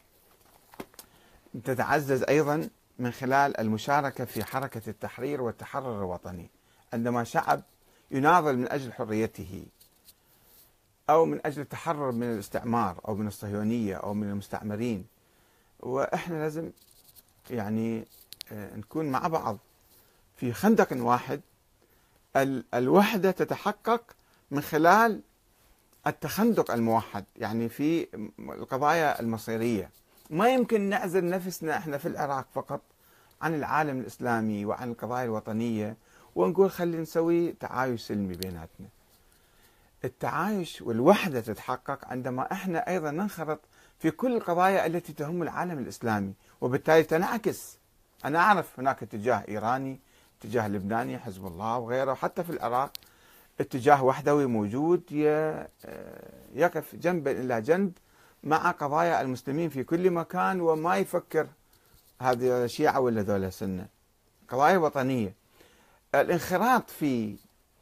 Speaker 1: تتعزز أيضا من خلال المشاركة في حركة التحرير والتحرر الوطني. عندما شعب يناضل من أجل حريته أو من أجل التحرر من الاستعمار أو من الصهيونية أو من المستعمرين، وإحنا لازم يعني نكون مع بعض في خندق واحد. الوحدة تتحقق من خلال التخندق الموحد، يعني في القضايا المصيرية. ما يمكن نعزل نفسنا احنا في العراق فقط عن العالم الإسلامي وعن القضايا الوطنية ونقول خلي نسوي تعايش سلمي بيناتنا. التعايش والوحدة تتحقق عندما احنا أيضا ننخرط في كل القضايا التي تهم العالم الإسلامي، وبالتالي تنعكس. أنا أعرف هناك اتجاه إيراني، اتجاه لبناني، حزب الله وغيره، حتى في العراق اتجاه وحدوي موجود يقف جنبا إلى جنب مع قضايا المسلمين في كل مكان، وما يفكر هذه شيعة ولا ذولا سنة، قضايا وطنية. الانخراط في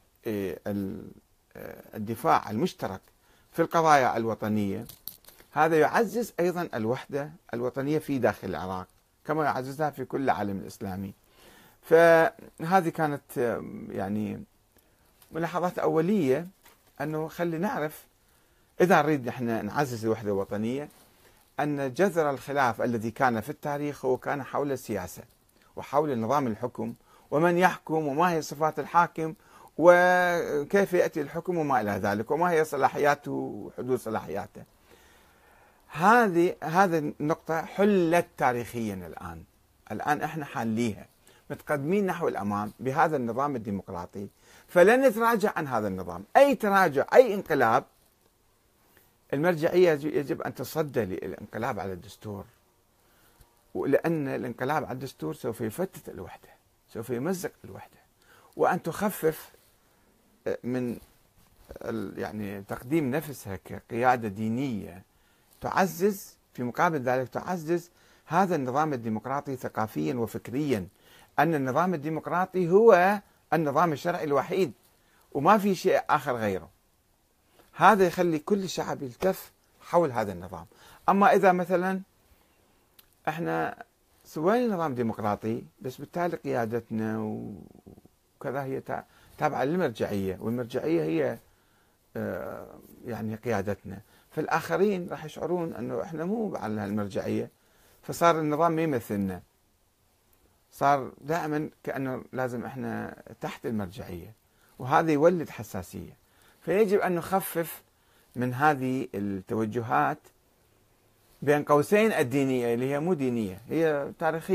Speaker 1: الدفاع المشترك في القضايا الوطنية هذا يعزز أيضا الوحدة الوطنية في داخل العراق كما يعززها في كل العالم الإسلامي. فهذه كانت يعني ملاحظات أولية، أنه خلي نعرف إذا نريد نحن نعزز الوحدة الوطنية أن جذر الخلاف الذي كان في التاريخ هو كان حول السياسة وحول نظام الحكم ومن يحكم وما هي صفات الحاكم وكيف يأتي الحكم وما إلى ذلك وما هي صلاحياته وحدود صلاحياته. هذه النقطة حلت تاريخيا الآن احنا حاليها متقدمين نحو الأمام بهذا النظام الديمقراطي، فلن نتراجع عن هذا النظام. أي تراجع أي انقلاب، المرجعية يجب أن تصدى للانقلاب على الدستور، لأن الانقلاب على الدستور سوف يفتت الوحدة، سوف يمزق الوحدة، وأن تخفف من يعني تقديم نفسها كقيادة دينية تعزز في مقابل ذلك تعزز هذا النظام الديمقراطي ثقافيا وفكريا، أن النظام الديمقراطي هو النظام الشرعي الوحيد وما في شيء آخر غيره. هذا يخلي كل شعب يلتف حول هذا النظام. أما إذا مثلا احنا سوينا نظام ديمقراطي بس بالتالي قيادتنا وكذا هي تابعة للمرجعية، والمرجعية هي يعني قيادتنا، فالآخرين راح يشعرون أنه احنا مو على المرجعية، فصار النظام ما يمثلنا، صار دائما كأنه لازم احنا تحت المرجعية، وهذا يولد حساسية. فيجب أن نخفف من هذه التوجهات بين قوسين الدينية اللي هي مو دينية، هي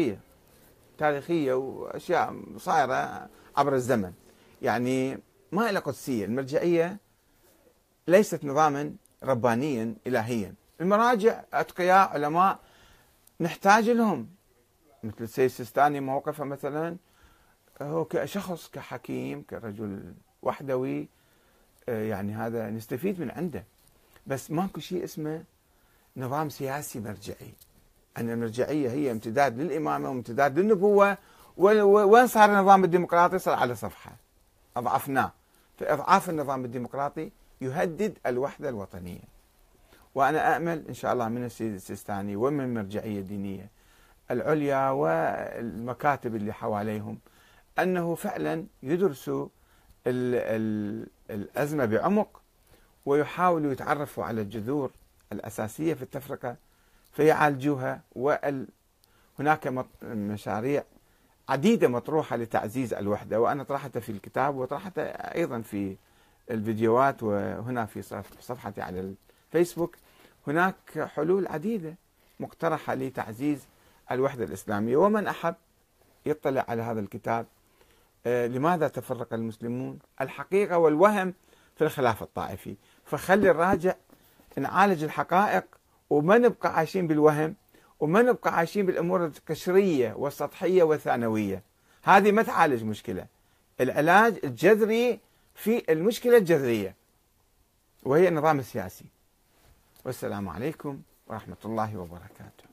Speaker 1: تاريخية وأشياء صايرة عبر الزمن، يعني ما لها قدسية. المرجعية ليست نظاما ربانيا إلهيا، المراجع أتقياء علماء نحتاج لهم، مثل السيد السيستاني موقفه مثلا هو كشخص كحكيم كرجل وحدوي، يعني هذا نستفيد من عنده، بس ماكو شيء اسمه نظام سياسي مرجعي. أن المرجعية هي امتداد للإمامة وامتداد للنبوة، وين صار النظام الديمقراطي؟ صار على صفحة أضعفناه. فإضعاف النظام الديمقراطي يهدد الوحدة الوطنية، وأنا أأمل إن شاء الله من السيد السيستاني ومن المرجعية الدينية العليا والمكاتب اللي حواليهم أنه فعلا يدرسوا الأزمة بعمق ويحاولوا يتعرفوا على الجذور الأساسية في التفرقة فيعالجوها. وهناك مشاريع عديدة مطروحة لتعزيز الوحدة، وأنا طرحتها في الكتاب وطرحتها أيضا في الفيديوهات، وهنا في صفحتي على الفيسبوك هناك حلول عديدة مقترحة لتعزيز الوحدة الإسلامية. ومن أحب يطلع على هذا الكتاب لماذا تفرق المسلمون؟ الحقيقة والوهم في الخلاف الطائفي. فخلي الراجع نعالج الحقائق وما نبقى عايشين بالوهم وما نبقى عايشين بالأمور القشرية والسطحية والثانوية، هذه ما تعالج مشكلة. العلاج الجذري في المشكلة الجذرية وهي النظام السياسي. والسلام عليكم ورحمة الله وبركاته.